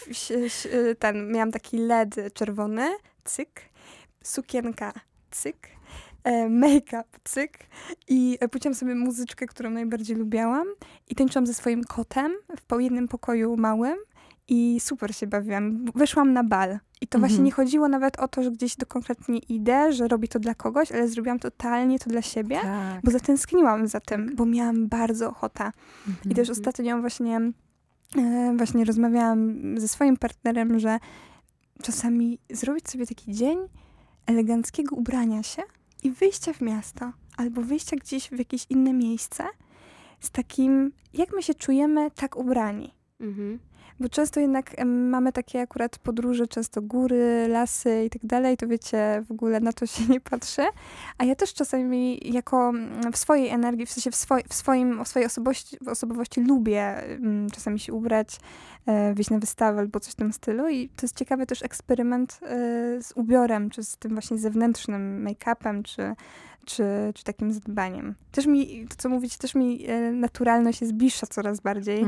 miałam taki LED czerwony, cyk, sukienka, cyk, make-up, cyk. I puściłam sobie muzyczkę, którą najbardziej lubiałam. I tańczyłam ze swoim kotem w jednym pokoju małym. I super się bawiłam. Wyszłam na bal. I to właśnie nie chodziło nawet o to, że gdzieś konkretnie idę, że robię to dla kogoś, ale zrobiłam totalnie to dla siebie, bo zatęskniłam za tym, bo miałam bardzo ochotę. I też ostatnio właśnie rozmawiałam ze swoim partnerem, że czasami zrobić sobie taki dzień eleganckiego ubrania się i wyjścia w miasto, albo wyjścia gdzieś w jakieś inne miejsce z takim, jak my się czujemy tak ubrani. Bo często jednak mamy takie akurat podróże, często góry, lasy i tak dalej, to wiecie, w ogóle na to się nie patrzy. A ja też czasami jako w swojej energii, w sensie w swojej osobowości lubię czasami się ubrać, wyjść na wystawę albo coś w tym stylu. I to jest ciekawy też eksperyment z ubiorem, czy z tym właśnie zewnętrznym make-upem, czy takim zadbaniem. Też mi, to co mówicie, też mi naturalność jest bliższa coraz bardziej.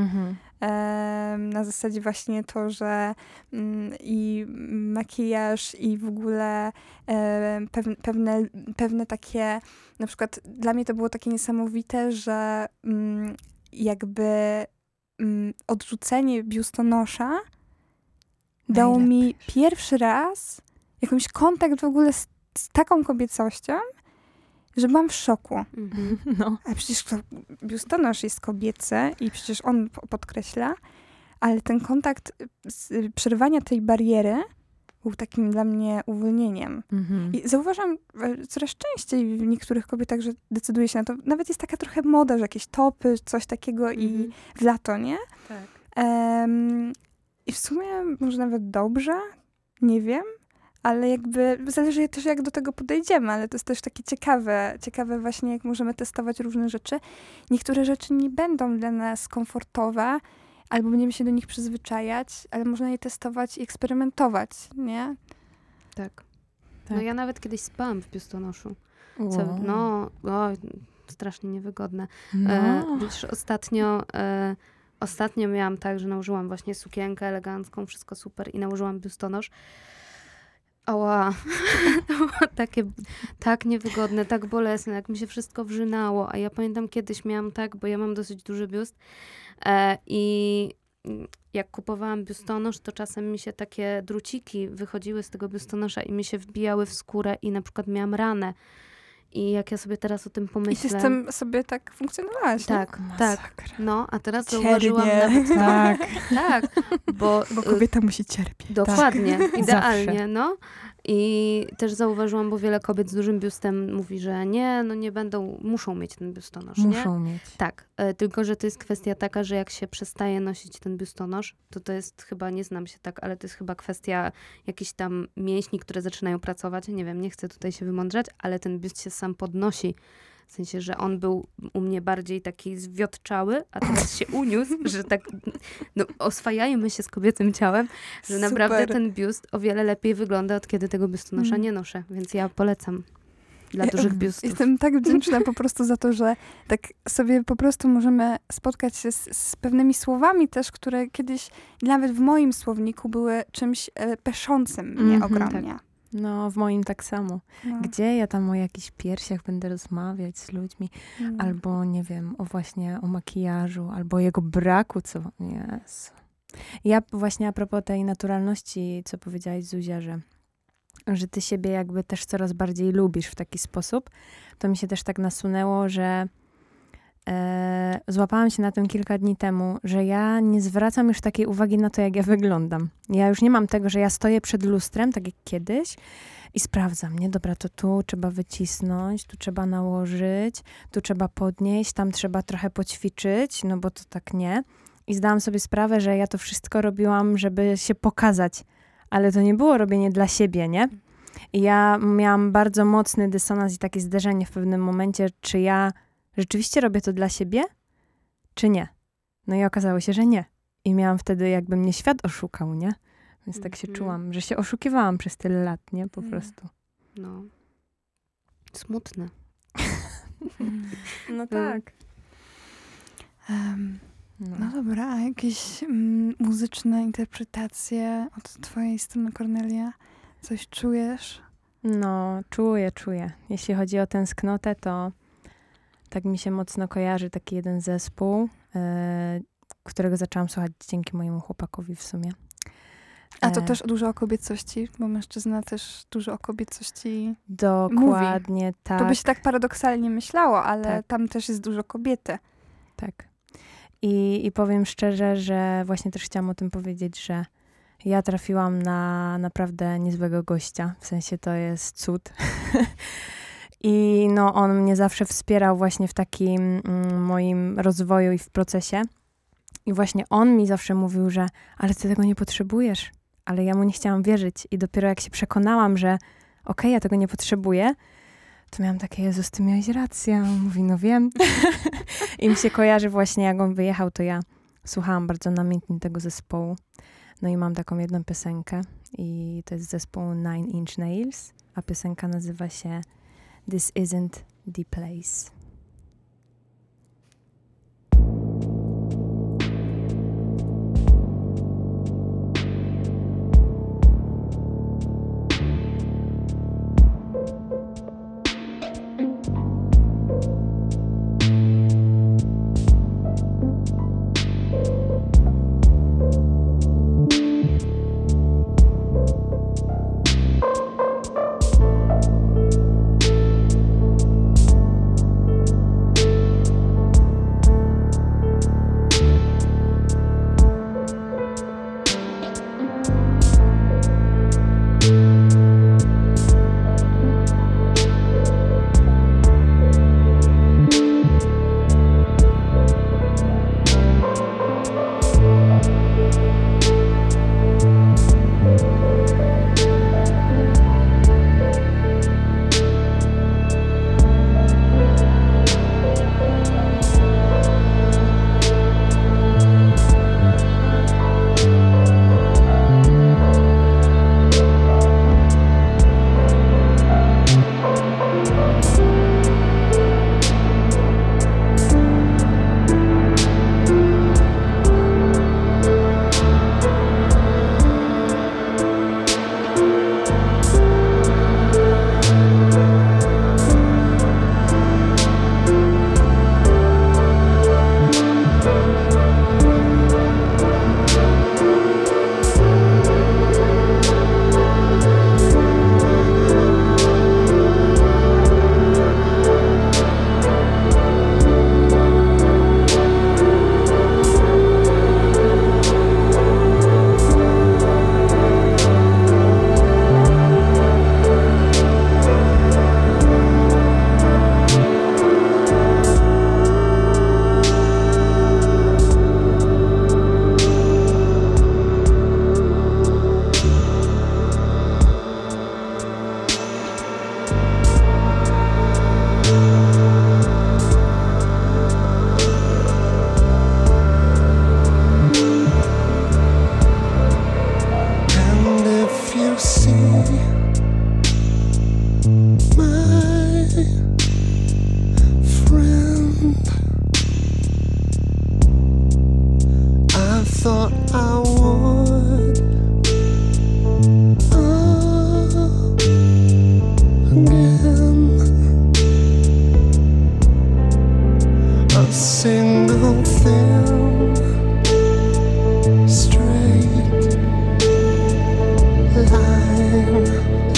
Na zasadzie właśnie to, że i makijaż i w ogóle pewne takie, na przykład dla mnie to było takie niesamowite, że jakby odrzucenie biustonosza dało mi pierwszy raz jakąś kontakt w ogóle z taką kobiecością, że byłam w szoku. No. A przecież biustonosz jest kobiecy i przecież on podkreśla, ale ten kontakt, przerwania tej bariery był takim dla mnie uwolnieniem. I zauważam coraz częściej w niektórych kobietach, że decyduje się na to. Nawet jest taka trochę moda, że jakieś topy, coś takiego i w lato, nie? Tak. I w sumie może nawet dobrze, nie wiem. Ale jakby zależy też, jak do tego podejdziemy, ale to jest też takie ciekawe właśnie, jak możemy testować różne rzeczy. Niektóre rzeczy nie będą dla nas komfortowe, albo będziemy się do nich przyzwyczajać, ale można je testować i eksperymentować, nie? Tak. Tak. No ja nawet kiedyś spałam w biustonoszu. Wow. Strasznie niewygodne. No. Już ostatnio miałam tak, że nałożyłam właśnie sukienkę elegancką, wszystko super i nałożyłam biustonosz. Ała, to było takie tak niewygodne, tak bolesne, jak mi się wszystko wrzynało. A ja pamiętam kiedyś miałam tak, bo ja mam dosyć duży biust i jak kupowałam biustonosz, to czasem mi się takie druciki wychodziły z tego biustonosza i mi się wbijały w skórę i na przykład miałam ranę. I jak ja sobie teraz o tym pomyślę... I ty z tym sobie tak funkcjonowałaś, Tak, nie? tak. No, a teraz Ciernie. zauważyłam nawet... Tak. Tak, bo kobieta musi cierpieć. dokładnie, idealnie, Zawsze. no. I też zauważyłam, bo wiele kobiet z dużym biustem mówi, że nie będą, muszą mieć ten biustonosz, nie? Muszą mieć. Tak, tylko że to jest kwestia taka, że jak się przestaje nosić ten biustonosz, to jest chyba, nie znam się tak, ale to jest chyba kwestia jakichś tam mięśni, które zaczynają pracować. Nie wiem, nie chcę tutaj się wymądrzać, ale ten biust się sam podnosi. W sensie, że on był u mnie bardziej taki zwiotczały, a teraz się uniósł, że tak oswajajmy się z kobiecym ciałem, że naprawdę ten biust o wiele lepiej wygląda, od kiedy tego biustonosza nie noszę. Więc ja polecam dla dużych biustów. Jestem tak wdzięczna po prostu za to, że tak sobie po prostu możemy spotkać się z pewnymi słowami też, które kiedyś nawet w moim słowniku były czymś peszącym mnie ogromnie. Tak. No, w moim tak samo. No. Gdzie ja tam o jakichś piersiach będę rozmawiać z ludźmi, albo nie wiem, o makijażu, albo o jego braku, co... Jezu. Ja właśnie a propos tej naturalności, co powiedziałaś, Zuzia, że ty siebie jakby też coraz bardziej lubisz w taki sposób, to mi się też tak nasunęło, że złapałam się na tym kilka dni temu, że ja nie zwracam już takiej uwagi na to, jak ja wyglądam. Ja już nie mam tego, że ja stoję przed lustrem, tak jak kiedyś, i sprawdzam, nie? Dobra, to tu trzeba wycisnąć, tu trzeba nałożyć, tu trzeba podnieść, tam trzeba trochę poćwiczyć, no bo to tak nie. I zdałam sobie sprawę, że ja to wszystko robiłam, żeby się pokazać, ale to nie było robienie dla siebie, nie? I ja miałam bardzo mocny dysonans i takie zderzenie w pewnym momencie, czy ja rzeczywiście robię to dla siebie, czy nie? No i okazało się, że nie. I miałam wtedy, jakby mnie świat oszukał, nie? Więc tak się czułam, że się oszukiwałam przez tyle lat, nie? Po prostu. No. Smutne. No tak. No dobra, a jakieś muzyczne interpretacje od twojej strony, Kornelia? Coś czujesz? No, czuję. Jeśli chodzi o tęsknotę, to tak mi się mocno kojarzy taki jeden zespół, którego zaczęłam słuchać dzięki mojemu chłopakowi w sumie. A to też dużo o kobiecości, bo mężczyzna też dużo o kobiecości Dokładnie, mówi. tak. To by się tak paradoksalnie myślało, ale Tak. tam też jest dużo kobiety. Tak. I powiem szczerze, że właśnie też chciałam o tym powiedzieć, że ja trafiłam na naprawdę niezłego gościa. W sensie to jest cud. I no, on mnie zawsze wspierał właśnie w takim moim rozwoju i w procesie. I właśnie on mi zawsze mówił, że ale ty tego nie potrzebujesz. Ale ja mu nie chciałam wierzyć. I dopiero jak się przekonałam, że okej, ja tego nie potrzebuję, to miałam takie, Jezus, ty miałeś rację. A on mówi, no wiem. I mi się kojarzy właśnie, jak on wyjechał, to ja słuchałam bardzo namiętnie tego zespołu. No i mam taką jedną piosenkę i to jest zespół Nine Inch Nails, a piosenka nazywa się This Isn't the Place. thought I would. Again, a single thin, straight line.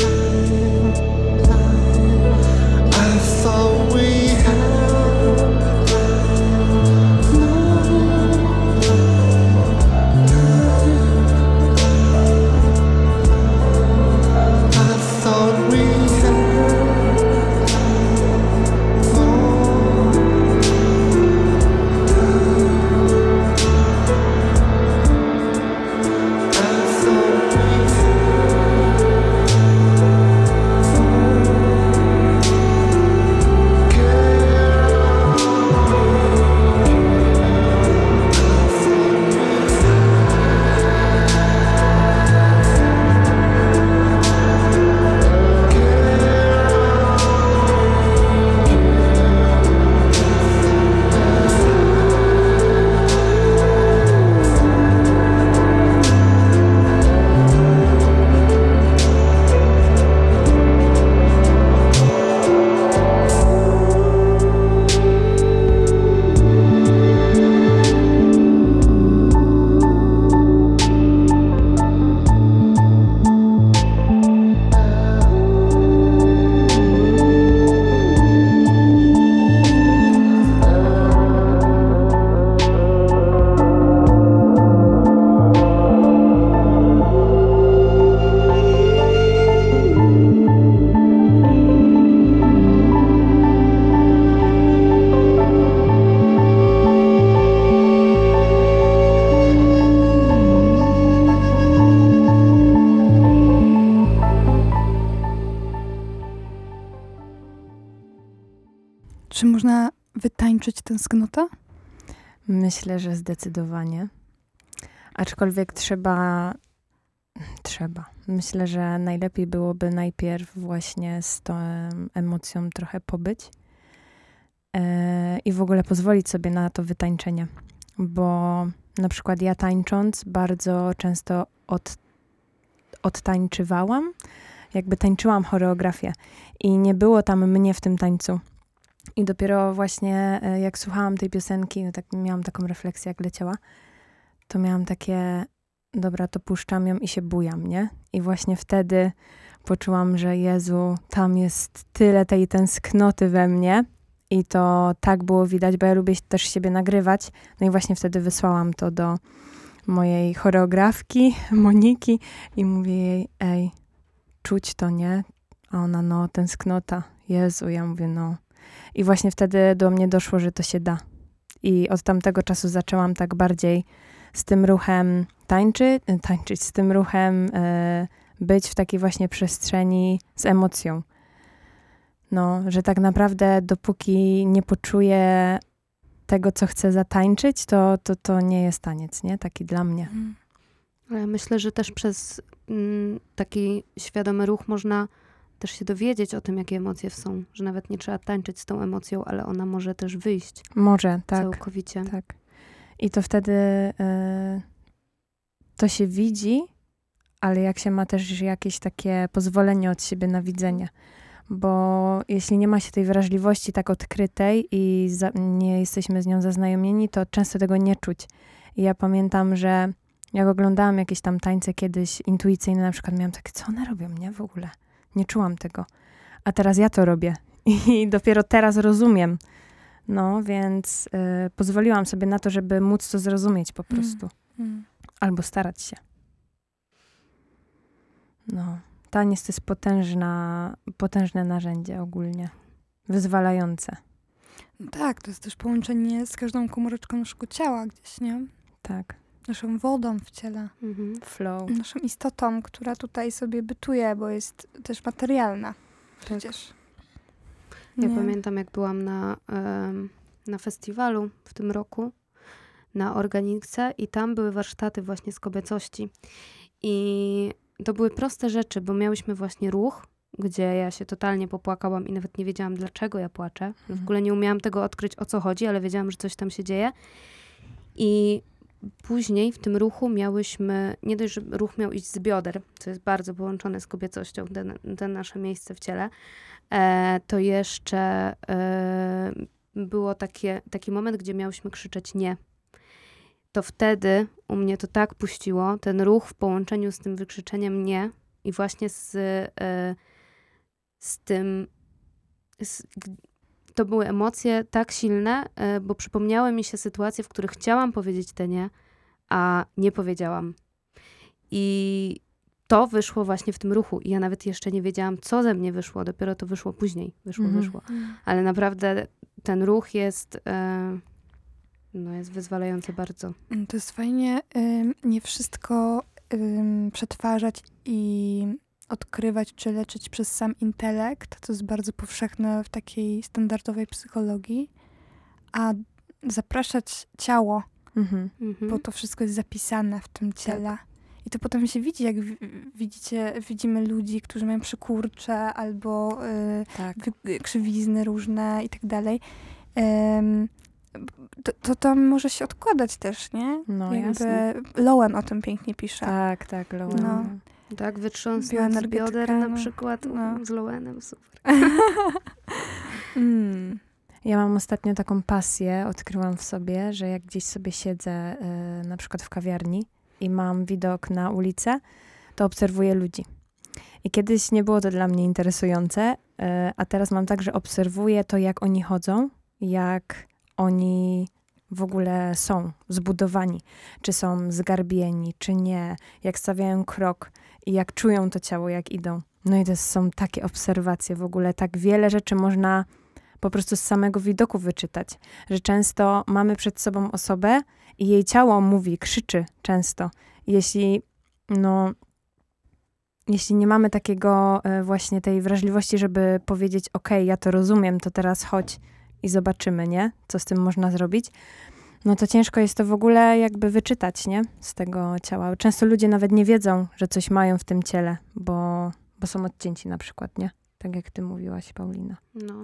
I thought we had I thought we Czy można wytańczyć tęsknotę? Myślę, że zdecydowanie. Aczkolwiek trzeba. Myślę, że najlepiej byłoby najpierw właśnie z tą emocją trochę pobyć i w ogóle pozwolić sobie na to wytańczenie. Bo na przykład ja tańcząc bardzo często odtańczywałam, jakby tańczyłam choreografię i nie było tam mnie w tym tańcu. I dopiero właśnie jak słuchałam tej piosenki, no tak miałam taką refleksję, jak leciała, to miałam takie, dobra, to puszczam ją i się bujam, nie? I właśnie wtedy poczułam, że Jezu, tam jest tyle tej tęsknoty we mnie i to tak było widać, bo ja lubię też siebie nagrywać. No i właśnie wtedy wysłałam to do mojej choreografki, Moniki i mówię jej, ej, czuć to, nie? A ona, no, tęsknota, Jezu, ja mówię, no. I właśnie wtedy do mnie doszło, że to się da. I od tamtego czasu zaczęłam tak bardziej z tym ruchem tańczyć, z tym ruchem być w takiej właśnie przestrzeni z emocją. No, że tak naprawdę dopóki nie poczuję tego, co chcę zatańczyć, to nie jest taniec, nie? Taki dla mnie. Ale ja myślę, że też przez taki świadomy ruch można też się dowiedzieć o tym, jakie emocje są. Że nawet nie trzeba tańczyć z tą emocją, ale ona może też wyjść. Może, tak. Całkowicie. Tak. I to wtedy to się widzi, ale jak się ma też jakieś takie pozwolenie od siebie na widzenie. Bo jeśli nie ma się tej wrażliwości tak odkrytej i nie jesteśmy z nią zaznajomieni, to często tego nie czuć. I ja pamiętam, że jak oglądałam jakieś tam tańce kiedyś intuicyjne, na przykład miałam takie, co one robią, nie? W ogóle. Nie czułam tego. A teraz ja to robię. I dopiero teraz rozumiem. No, więc pozwoliłam sobie na to, żeby móc to zrozumieć po prostu. Albo starać się. No. Taniec to jest potężne narzędzie ogólnie. Wyzwalające. No tak, to jest też połączenie z każdą komóreczką naszego ciała gdzieś, nie? Tak. Naszą wodą w ciele. Flow. Naszą istotą, która tutaj sobie bytuje, bo jest też materialna. Przecież. Ja pamiętam, jak byłam na festiwalu w tym roku, na Organice i tam były warsztaty właśnie z kobiecości. I to były proste rzeczy, bo miałyśmy właśnie ruch, gdzie ja się totalnie popłakałam i nawet nie wiedziałam, dlaczego ja płaczę. W ogóle nie umiałam tego odkryć, o co chodzi, ale wiedziałam, że coś tam się dzieje. I później w tym ruchu miałyśmy, nie dość, że ruch miał iść z bioder, co jest bardzo połączone z kobiecością, te nasze miejsce w ciele, to jeszcze było taki moment, gdzie miałyśmy krzyczeć nie. To wtedy u mnie to tak puściło, ten ruch w połączeniu z tym wykrzyczeniem nie i właśnie z tym... To były emocje tak silne, bo przypomniały mi się sytuacje, w których chciałam powiedzieć te nie, a nie powiedziałam. I to wyszło właśnie w tym ruchu. I ja nawet jeszcze nie wiedziałam, co ze mnie wyszło. Dopiero to wyszło później. Wyszło. Ale naprawdę ten ruch jest wyzwalający bardzo. To jest fajnie nie wszystko przetwarzać i odkrywać czy leczyć przez sam intelekt. To jest bardzo powszechne w takiej standardowej psychologii. A zapraszać ciało, bo to wszystko jest zapisane w tym ciele. Tak. I to potem się widzi, jak widzimy ludzi, którzy mają przykurcze albo krzywizny różne i tak dalej. To może się odkładać też, nie? No, jakby jasne. Lowen o tym pięknie pisze. Tak, Lowen. No. Tak, wytrząsnąć z bioder na przykład z Lowenem, super. Ja mam ostatnio taką pasję, odkryłam w sobie, że jak gdzieś sobie siedzę na przykład w kawiarni i mam widok na ulicę, to obserwuję ludzi. I kiedyś nie było to dla mnie interesujące, a teraz mam tak, że obserwuję to, jak oni chodzą, jak oni w ogóle są zbudowani, czy są zgarbieni, czy nie, jak stawiają krok i jak czują to ciało, jak idą. No i to są takie obserwacje w ogóle, tak wiele rzeczy można po prostu z samego widoku wyczytać, że często mamy przed sobą osobę i jej ciało mówi, krzyczy często. Jeśli nie mamy takiego właśnie tej wrażliwości, żeby powiedzieć, okej, ja to rozumiem, to teraz chodź i zobaczymy, nie? Co z tym można zrobić. No to ciężko jest to w ogóle jakby wyczytać, nie? Z tego ciała. Często ludzie nawet nie wiedzą, że coś mają w tym ciele, bo są odcięci na przykład, nie? Tak jak ty mówiłaś, Paulina.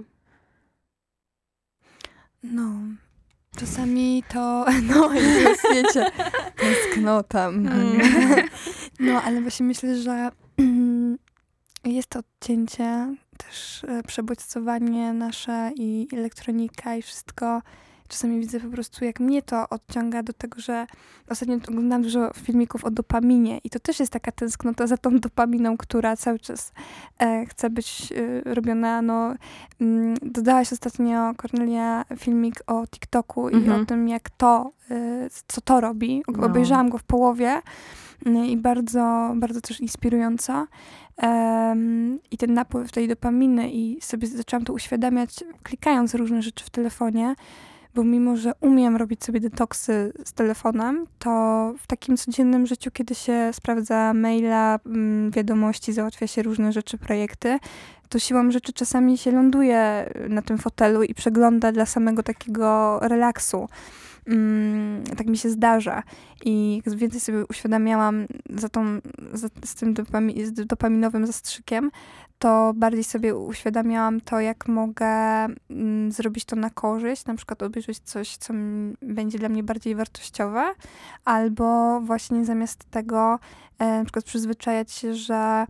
No. Czasami to... wiecie, tęsknota. No, ale właśnie myślę, że jest to odcięcie, też przebodźcowanie nasze i elektronika i wszystko. Czasami widzę po prostu, jak mnie to odciąga do tego, że ostatnio oglądam dużo filmików o dopaminie i to też jest taka tęsknota za tą dopaminą, która cały czas chce być robiona. Dodałaś ostatnio, Kornelia, filmik o TikToku i o tym, jak co to robi. Obejrzałam go w połowie i bardzo, bardzo też inspirująco. I ten napływ tej dopaminy i sobie zaczęłam to uświadamiać, klikając różne rzeczy w telefonie, bo mimo, że umiem robić sobie detoksy z telefonem, to w takim codziennym życiu, kiedy się sprawdza maila, wiadomości, załatwia się różne rzeczy, projekty, to siłą rzeczy czasami się ląduje na tym fotelu i przegląda dla samego takiego relaksu. Tak mi się zdarza. I jak więcej sobie uświadamiałam z tym dopaminowym zastrzykiem, to bardziej sobie uświadamiałam to, jak mogę zrobić to na korzyść, na przykład obejrzeć coś, co będzie dla mnie bardziej wartościowe, albo właśnie zamiast tego na przykład przyzwyczajać się, że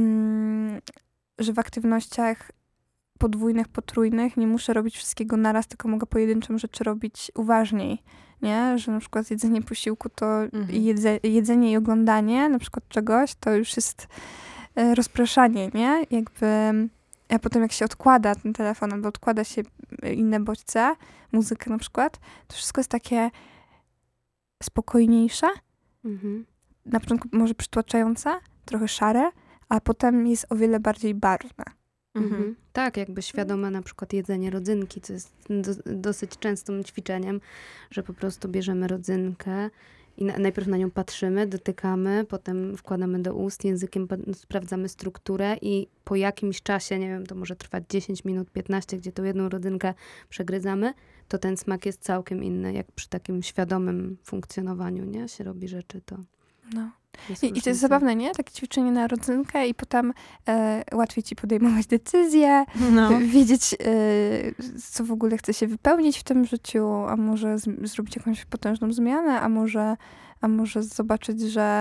w aktywnościach podwójnych, potrójnych nie muszę robić wszystkiego naraz, tylko mogę pojedynczą rzeczy robić uważniej, nie? Że na przykład jedzenie posiłku to jedzenie i oglądanie na przykład czegoś, to już jest rozpraszanie, nie? A potem jak się odkłada ten telefon albo odkłada się inne bodźce, muzykę na przykład, to wszystko jest takie spokojniejsze. Na początku może przytłaczające, trochę szare, a potem jest o wiele bardziej barwne. Tak, jakby świadome na przykład jedzenie rodzynki, co jest dosyć częstym ćwiczeniem, że po prostu bierzemy rodzynkę i najpierw na nią patrzymy, dotykamy, potem wkładamy do ust, językiem sprawdzamy strukturę i po jakimś czasie, nie wiem, to może trwać 10 minut, 15, gdzie tą jedną rodzynkę przegryzamy, to ten smak jest całkiem inny, jak przy takim świadomym funkcjonowaniu, nie? Się robi rzeczy, to... No. Jest I to jest różnica. zabawne, nie? Takie ćwiczenie na rodzynkę i potem łatwiej ci podejmować decyzje, No. wiedzieć, co w ogóle chce się wypełnić w tym życiu, a może zrobić jakąś potężną zmianę, a może zobaczyć,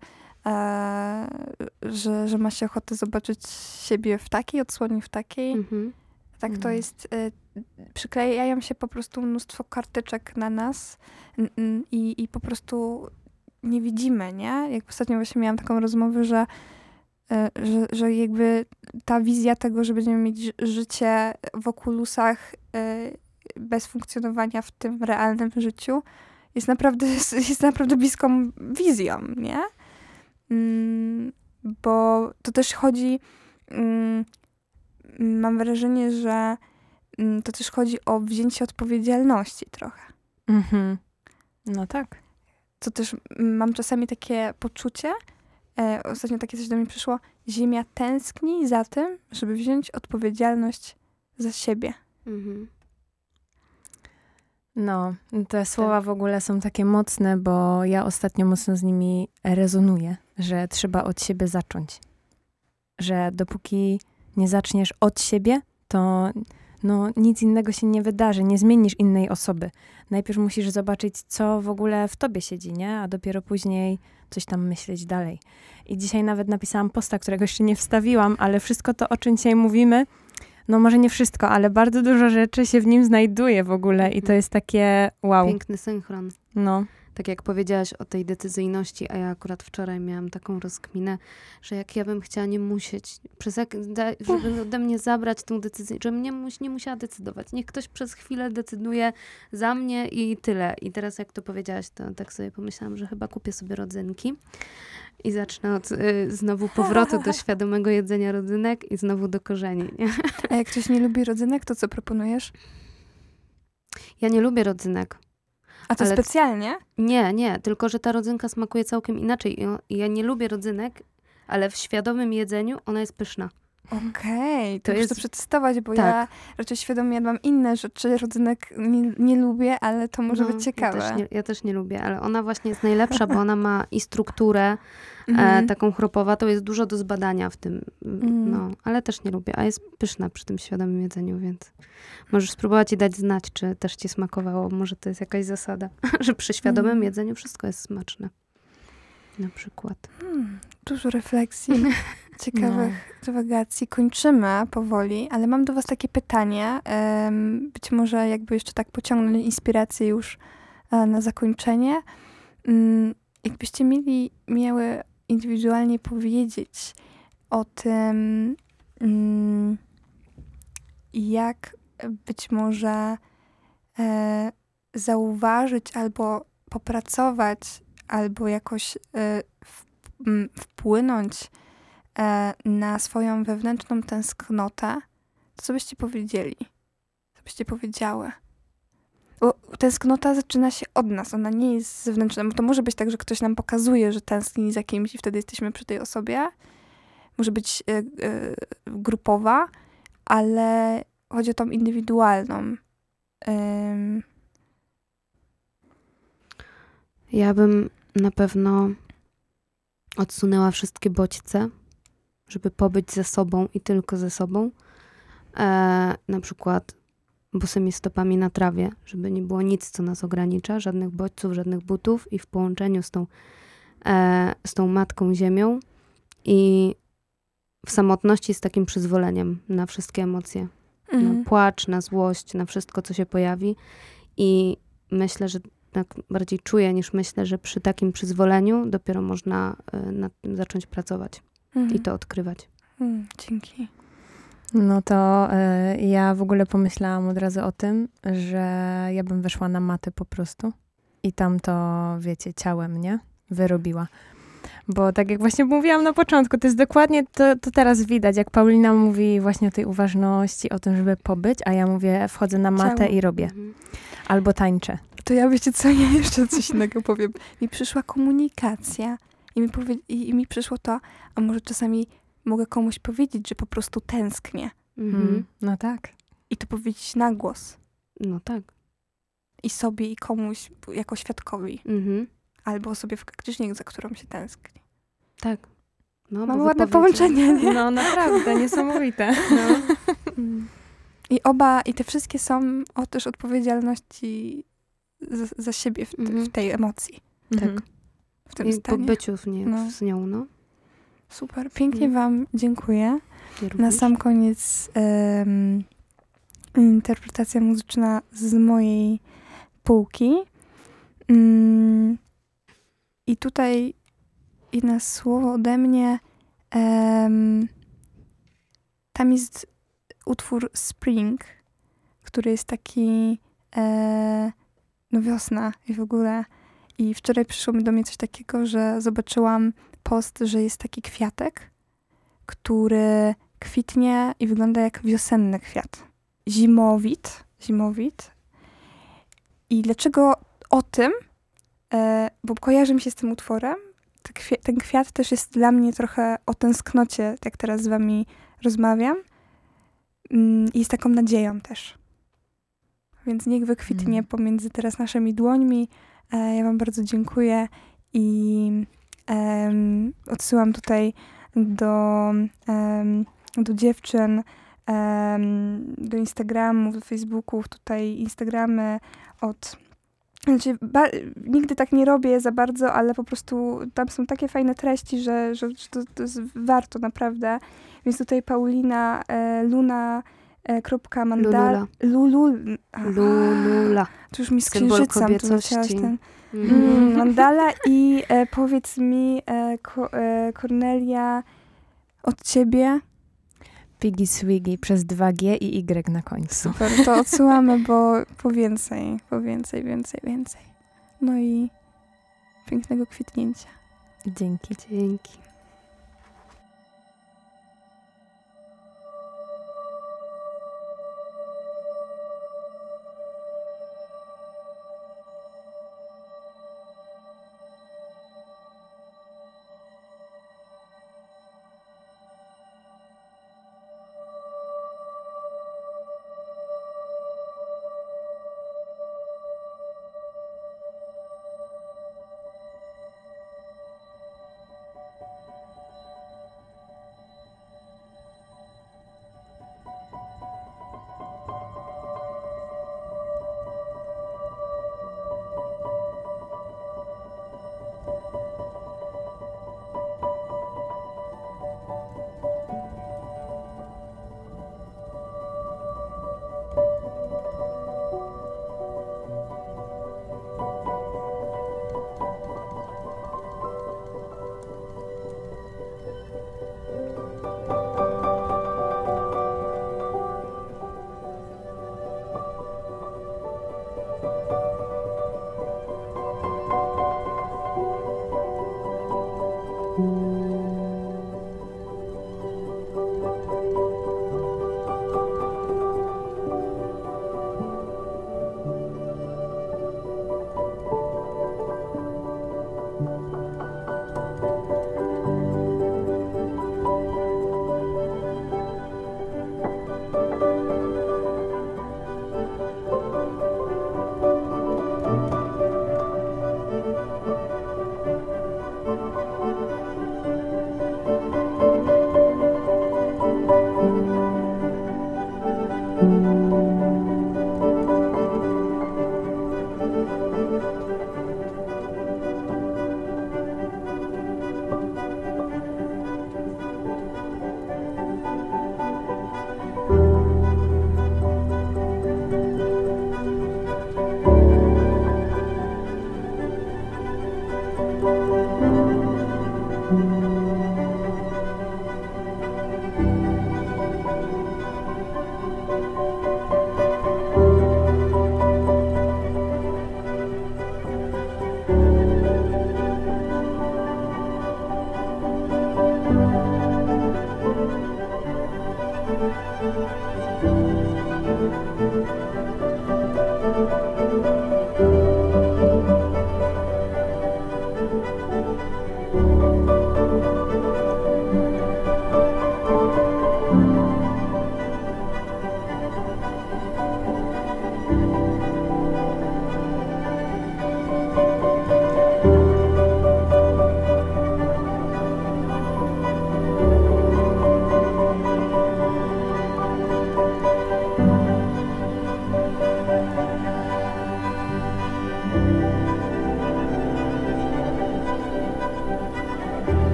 że ma się ochotę zobaczyć siebie w takiej odsłonie, w takiej. Mhm. Tak, to jest, przyklejają się po prostu mnóstwo karteczek na nas i po prostu nie widzimy, nie? Jak ostatnio właśnie miałam taką rozmowę, że jakby ta wizja tego, że będziemy mieć życie w okulusach bez funkcjonowania w tym realnym życiu jest naprawdę bliską wizją, nie? Bo to też chodzi, mam wrażenie, że to też chodzi o wzięcie odpowiedzialności trochę. Mhm. No tak. To też mam czasami takie poczucie, ostatnio takie coś do mnie przyszło, Ziemia tęskni za tym, żeby wziąć odpowiedzialność za siebie. Mhm. No, te słowa w ogóle są takie mocne, bo ja ostatnio mocno z nimi rezonuję, że trzeba od siebie zacząć. Że dopóki nie zaczniesz od siebie, to nic innego się nie wydarzy, nie zmienisz innej osoby. Najpierw musisz zobaczyć, co w ogóle w tobie siedzi, nie? A dopiero później coś tam myśleć dalej. I dzisiaj nawet napisałam posta, którego jeszcze nie wstawiłam, ale wszystko to, o czym dzisiaj mówimy, no może nie wszystko, ale bardzo dużo rzeczy się w nim znajduje w ogóle i to jest takie wow. Piękny synchron. No. Tak jak powiedziałaś o tej decyzyjności, a ja akurat wczoraj miałam taką rozkminę, że jak ja bym chciała nie musieć, żeby ode mnie zabrać tą decyzję, żebym nie musiała decydować. Niech ktoś przez chwilę decyduje za mnie i tyle. I teraz jak to powiedziałaś, to tak sobie pomyślałam, że chyba kupię sobie rodzynki i zacznę od znowu powrotu do świadomego jedzenia rodzynek i znowu do korzeni. Nie? A jak ktoś nie lubi rodzynek, to co proponujesz? Ja nie lubię rodzynek. A to Ale specjalnie? Nie, tylko że ta rodzynka smakuje całkiem inaczej. I ja nie lubię rodzynek, ale w świadomym jedzeniu ona jest pyszna. Okej, to To muszę jest- to przetestować, bo tak. ja raczej świadomie jadłam inne rzeczy. Rodzynek nie lubię, ale to może być ciekawe. Ja też nie lubię, ale ona właśnie jest najlepsza, bo ona ma i strukturę Mhm. taką chropowatą, jest dużo do zbadania w tym. Mhm. No, ale też nie lubię, a jest pyszna przy tym świadomym jedzeniu, więc możesz spróbować i dać znać, czy też ci smakowało. Może to jest jakaś zasada, że przy świadomym jedzeniu wszystko jest smaczne. Na przykład. Dużo refleksji, ciekawych dywagacji. Kończymy powoli, ale mam do was takie pytanie. Być może jakby jeszcze tak pociągnąć inspirację już na zakończenie. Jakbyście miały indywidualnie powiedzieć o tym, jak być może zauważyć albo popracować, albo jakoś wpłynąć na swoją wewnętrzną tęsknotę, to co byście powiedzieli? Co byście powiedziały? Bo tęsknota zaczyna się od nas, ona nie jest zewnętrzna, bo to może być tak, że ktoś nam pokazuje, że tęskni za kimś i wtedy jesteśmy przy tej osobie. Może być grupowa, ale chodzi o tą indywidualną. Ja bym na pewno odsunęła wszystkie bodźce, żeby pobyć ze sobą i tylko ze sobą. Na przykład bosymi stopami na trawie, żeby nie było nic, co nas ogranicza, żadnych bodźców, żadnych butów i w połączeniu z tą matką ziemią i w samotności z takim przyzwoleniem na wszystkie emocje. Na płacz, na złość, na wszystko, co się pojawi. I myślę, że tak bardziej czuję niż myślę, że przy takim przyzwoleniu dopiero można nad tym zacząć pracować i to odkrywać. Dzięki. No to ja w ogóle pomyślałam od razu o tym, że ja bym weszła na matę po prostu i tam to, wiecie, ciałem, nie? Wyrobiła. Bo tak jak właśnie mówiłam na początku, to jest dokładnie to teraz widać, jak Paulina mówi właśnie o tej uważności, o tym, żeby pobyć, a ja mówię, wchodzę na matę Ciało. i robię. Albo tańczę. To ja wiecie co, ja jeszcze coś innego powiem. Mi przyszła komunikacja i mi przyszło to, a może czasami mogę komuś powiedzieć, że po prostu tęsknię. No tak. I to powiedzieć na głos. No tak. I sobie, i komuś jako świadkowi. albo osobie faktycznie, za którą się tęskni. Tak. No, Mamy bo ładne wypowiedzi. połączenie, nie? No naprawdę, niesamowite. No. I te wszystkie są też odpowiedzialności za siebie w tej emocji, Mhm. w tym I po stanie. byciu No. z nią, no. Super, pięknie wam dziękuję. Ja Na również. sam koniec interpretacja muzyczna z mojej półki. I tutaj jedno słowo ode mnie. Tam jest utwór Spring, który jest taki wiosna i w ogóle. I wczoraj przyszło mi do mnie coś takiego, że zobaczyłam post, że jest taki kwiatek, który kwitnie i wygląda jak wiosenny kwiat. Zimowit. I dlaczego o tym? Bo kojarzy mi się z tym utworem. Ten kwiat też jest dla mnie trochę o tęsknocie, jak teraz z wami rozmawiam. I jest taką nadzieją też. Więc niech wykwitnie pomiędzy teraz naszymi dłońmi. Ja wam bardzo dziękuję i odsyłam tutaj do dziewczyn, do Instagramów, do Facebooków, tutaj Instagramy Znaczy, nigdy tak nie robię za bardzo, ale po prostu tam są takie fajne treści, że to jest warto naprawdę. Więc tutaj Paulina, Luna, Lulula. To już mi z Symbol księżycem tu kobiecości. leciałaś ten... Mhm. Mandala i powiedz mi, Kornelia, od ciebie. Piggy Swiggy przez 2G i Y na końcu. Super, to odsyłamy, bo po więcej. No i pięknego kwitnięcia. Dzięki. Dzięki.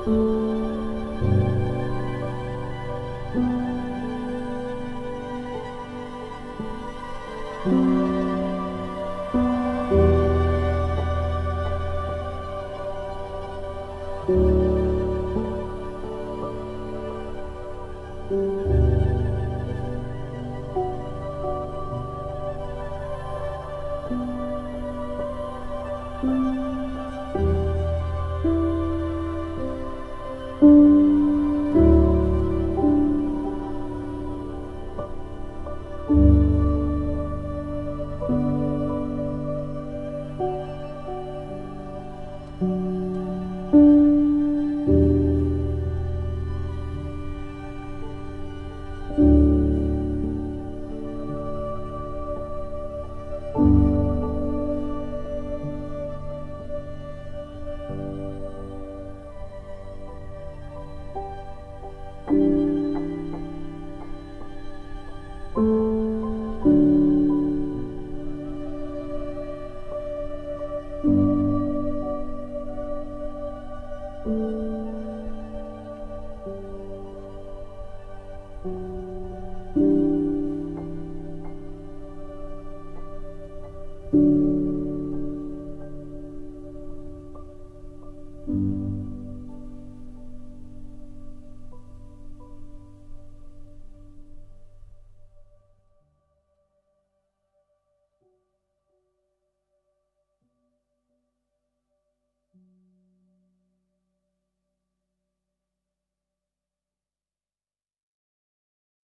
Thank you.